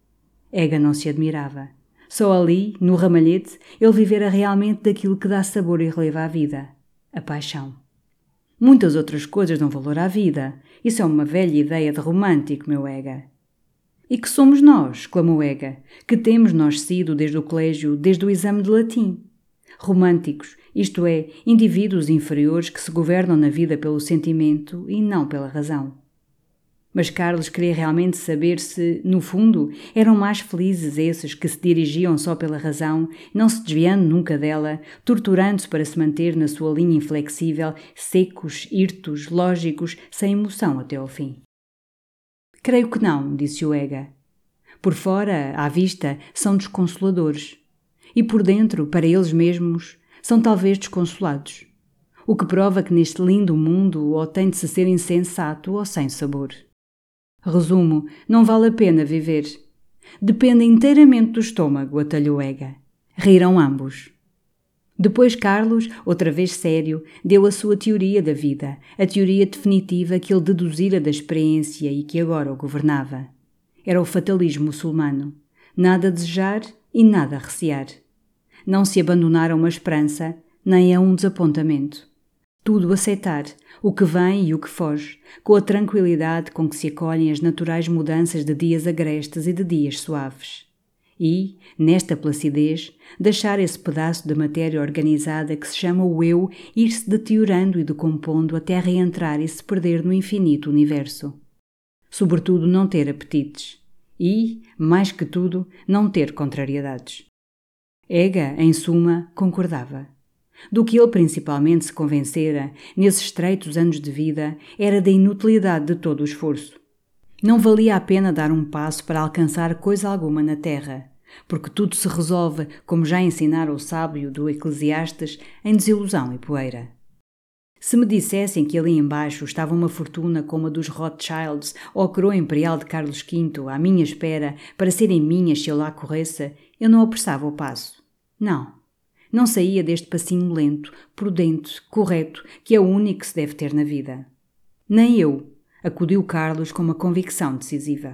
A: Ega não se admirava. Só ali, no ramalhete, ele vivera realmente daquilo que dá sabor e relevo à vida, a paixão. Muitas outras coisas dão valor à vida. Isso é uma velha ideia de romântico, meu Ega. E que somos nós, clamou Ega, que temos nós sido desde o colégio, desde o exame de latim. Românticos, isto é, indivíduos inferiores que se governam na vida pelo sentimento e não pela razão. Mas Carlos queria realmente saber se, no fundo, eram mais felizes esses que se dirigiam só pela razão, não se desviando nunca dela, torturando-se para se manter na sua linha inflexível, secos, hirtos, lógicos, sem emoção até ao fim. Creio que não, disse o Ega. Por fora, à vista, são desconsoladores. E por dentro, para eles mesmos, são talvez desconsolados. O que prova que neste lindo mundo ou tem de se ser insensato ou sem sabor. Resumo, não vale a pena viver. Depende inteiramente do estômago, atalhou Ega. Riram ambos. Depois Carlos, outra vez sério, deu a sua teoria da vida, a teoria definitiva que ele deduzira da experiência e que agora o governava. Era o fatalismo muçulmano. Nada a desejar e nada a recear. Não se abandonar a uma esperança, nem a um desapontamento. Tudo aceitar, o que vem e o que foge, com a tranquilidade com que se acolhem as naturais mudanças de dias agrestes e de dias suaves. E, nesta placidez, deixar esse pedaço de matéria organizada que se chama o eu ir-se deteriorando e decompondo até reentrar e se perder no infinito universo. Sobretudo não ter apetites. E, mais que tudo, não ter contrariedades. Ega, em suma, concordava. Do que ele principalmente se convencera, nesses estreitos anos de vida, era da inutilidade de todo o esforço. Não valia a pena dar um passo para alcançar coisa alguma na terra, porque tudo se resolve, como já ensinara o sábio do Eclesiastes, em desilusão e poeira. Se me dissessem que ali embaixo estava uma fortuna como a dos Rothschilds ou a coroa imperial de Carlos quinto à minha espera para serem minhas se eu lá corresse, eu não apressava o passo. Não. Não saía deste passinho lento, prudente, correto, que é o único que se deve ter na vida. Nem eu, acudiu Carlos com uma convicção decisiva.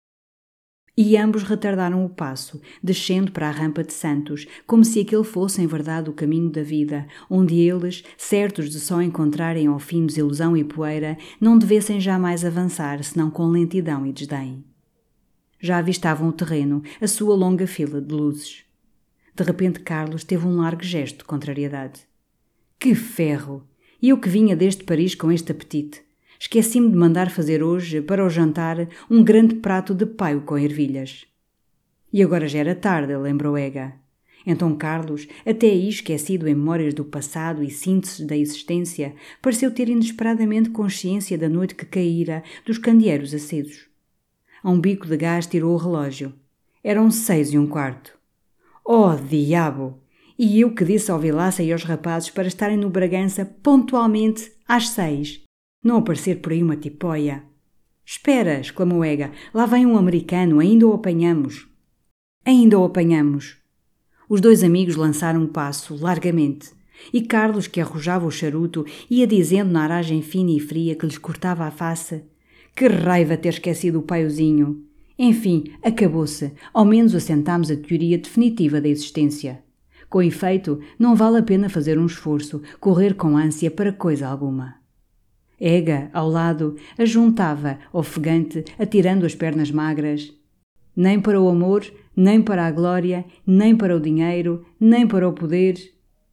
A: E ambos retardaram o passo, descendo para a rampa de Santos, como se aquele fosse em verdade o caminho da vida, onde eles, certos de só encontrarem ao fim desilusão e poeira, não devessem jamais avançar, senão com lentidão e desdém. Já avistavam o terreno, a sua longa fila de luzes. De repente Carlos teve um largo gesto de contrariedade. Que ferro! E eu que vinha desde Paris com este apetite. Esqueci-me de mandar fazer hoje, para o jantar, um grande prato de paio com ervilhas. E agora já era tarde, lembrou Ega. Então Carlos, até aí esquecido em memórias do passado e sínteses da existência, pareceu ter inesperadamente consciência da noite que caíra, dos candeeiros acesos. A um bico de gás tirou o relógio. Eram seis e um quarto. Oh, diabo! E eu que disse ao Vilaça e aos rapazes para estarem no Bragança pontualmente às seis. Não aparecer por aí uma tipóia. Espera, exclamou Ega, lá vem um americano, ainda o apanhamos. Ainda o apanhamos. Os dois amigos lançaram um passo, largamente, e Carlos, que arrojava o charuto, ia dizendo na aragem fina e fria que lhes cortava a face: que raiva ter esquecido o paiozinho! Enfim, acabou-se. Ao menos assentámos a teoria definitiva da existência. Com efeito, não vale a pena fazer um esforço, correr com ânsia para coisa alguma. Ega, ao lado, ajuntava, ofegante, atirando as pernas magras. Nem para o amor, nem para a glória, nem para o dinheiro, nem para o poder.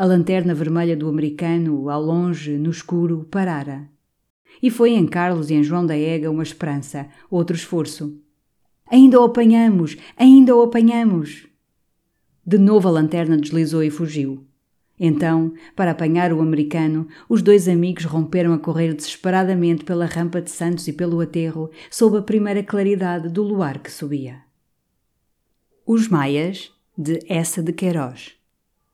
A: A lanterna vermelha do americano, ao longe, no escuro, parara. E foi em Carlos e em João da Ega uma esperança, outro esforço. Ainda o apanhamos! Ainda o apanhamos! De novo a lanterna deslizou e fugiu. Então, para apanhar o americano, os dois amigos romperam a correr desesperadamente pela rampa de Santos e pelo aterro, sob a primeira claridade do luar que subia. Os Maias, de Essa de Queiroz.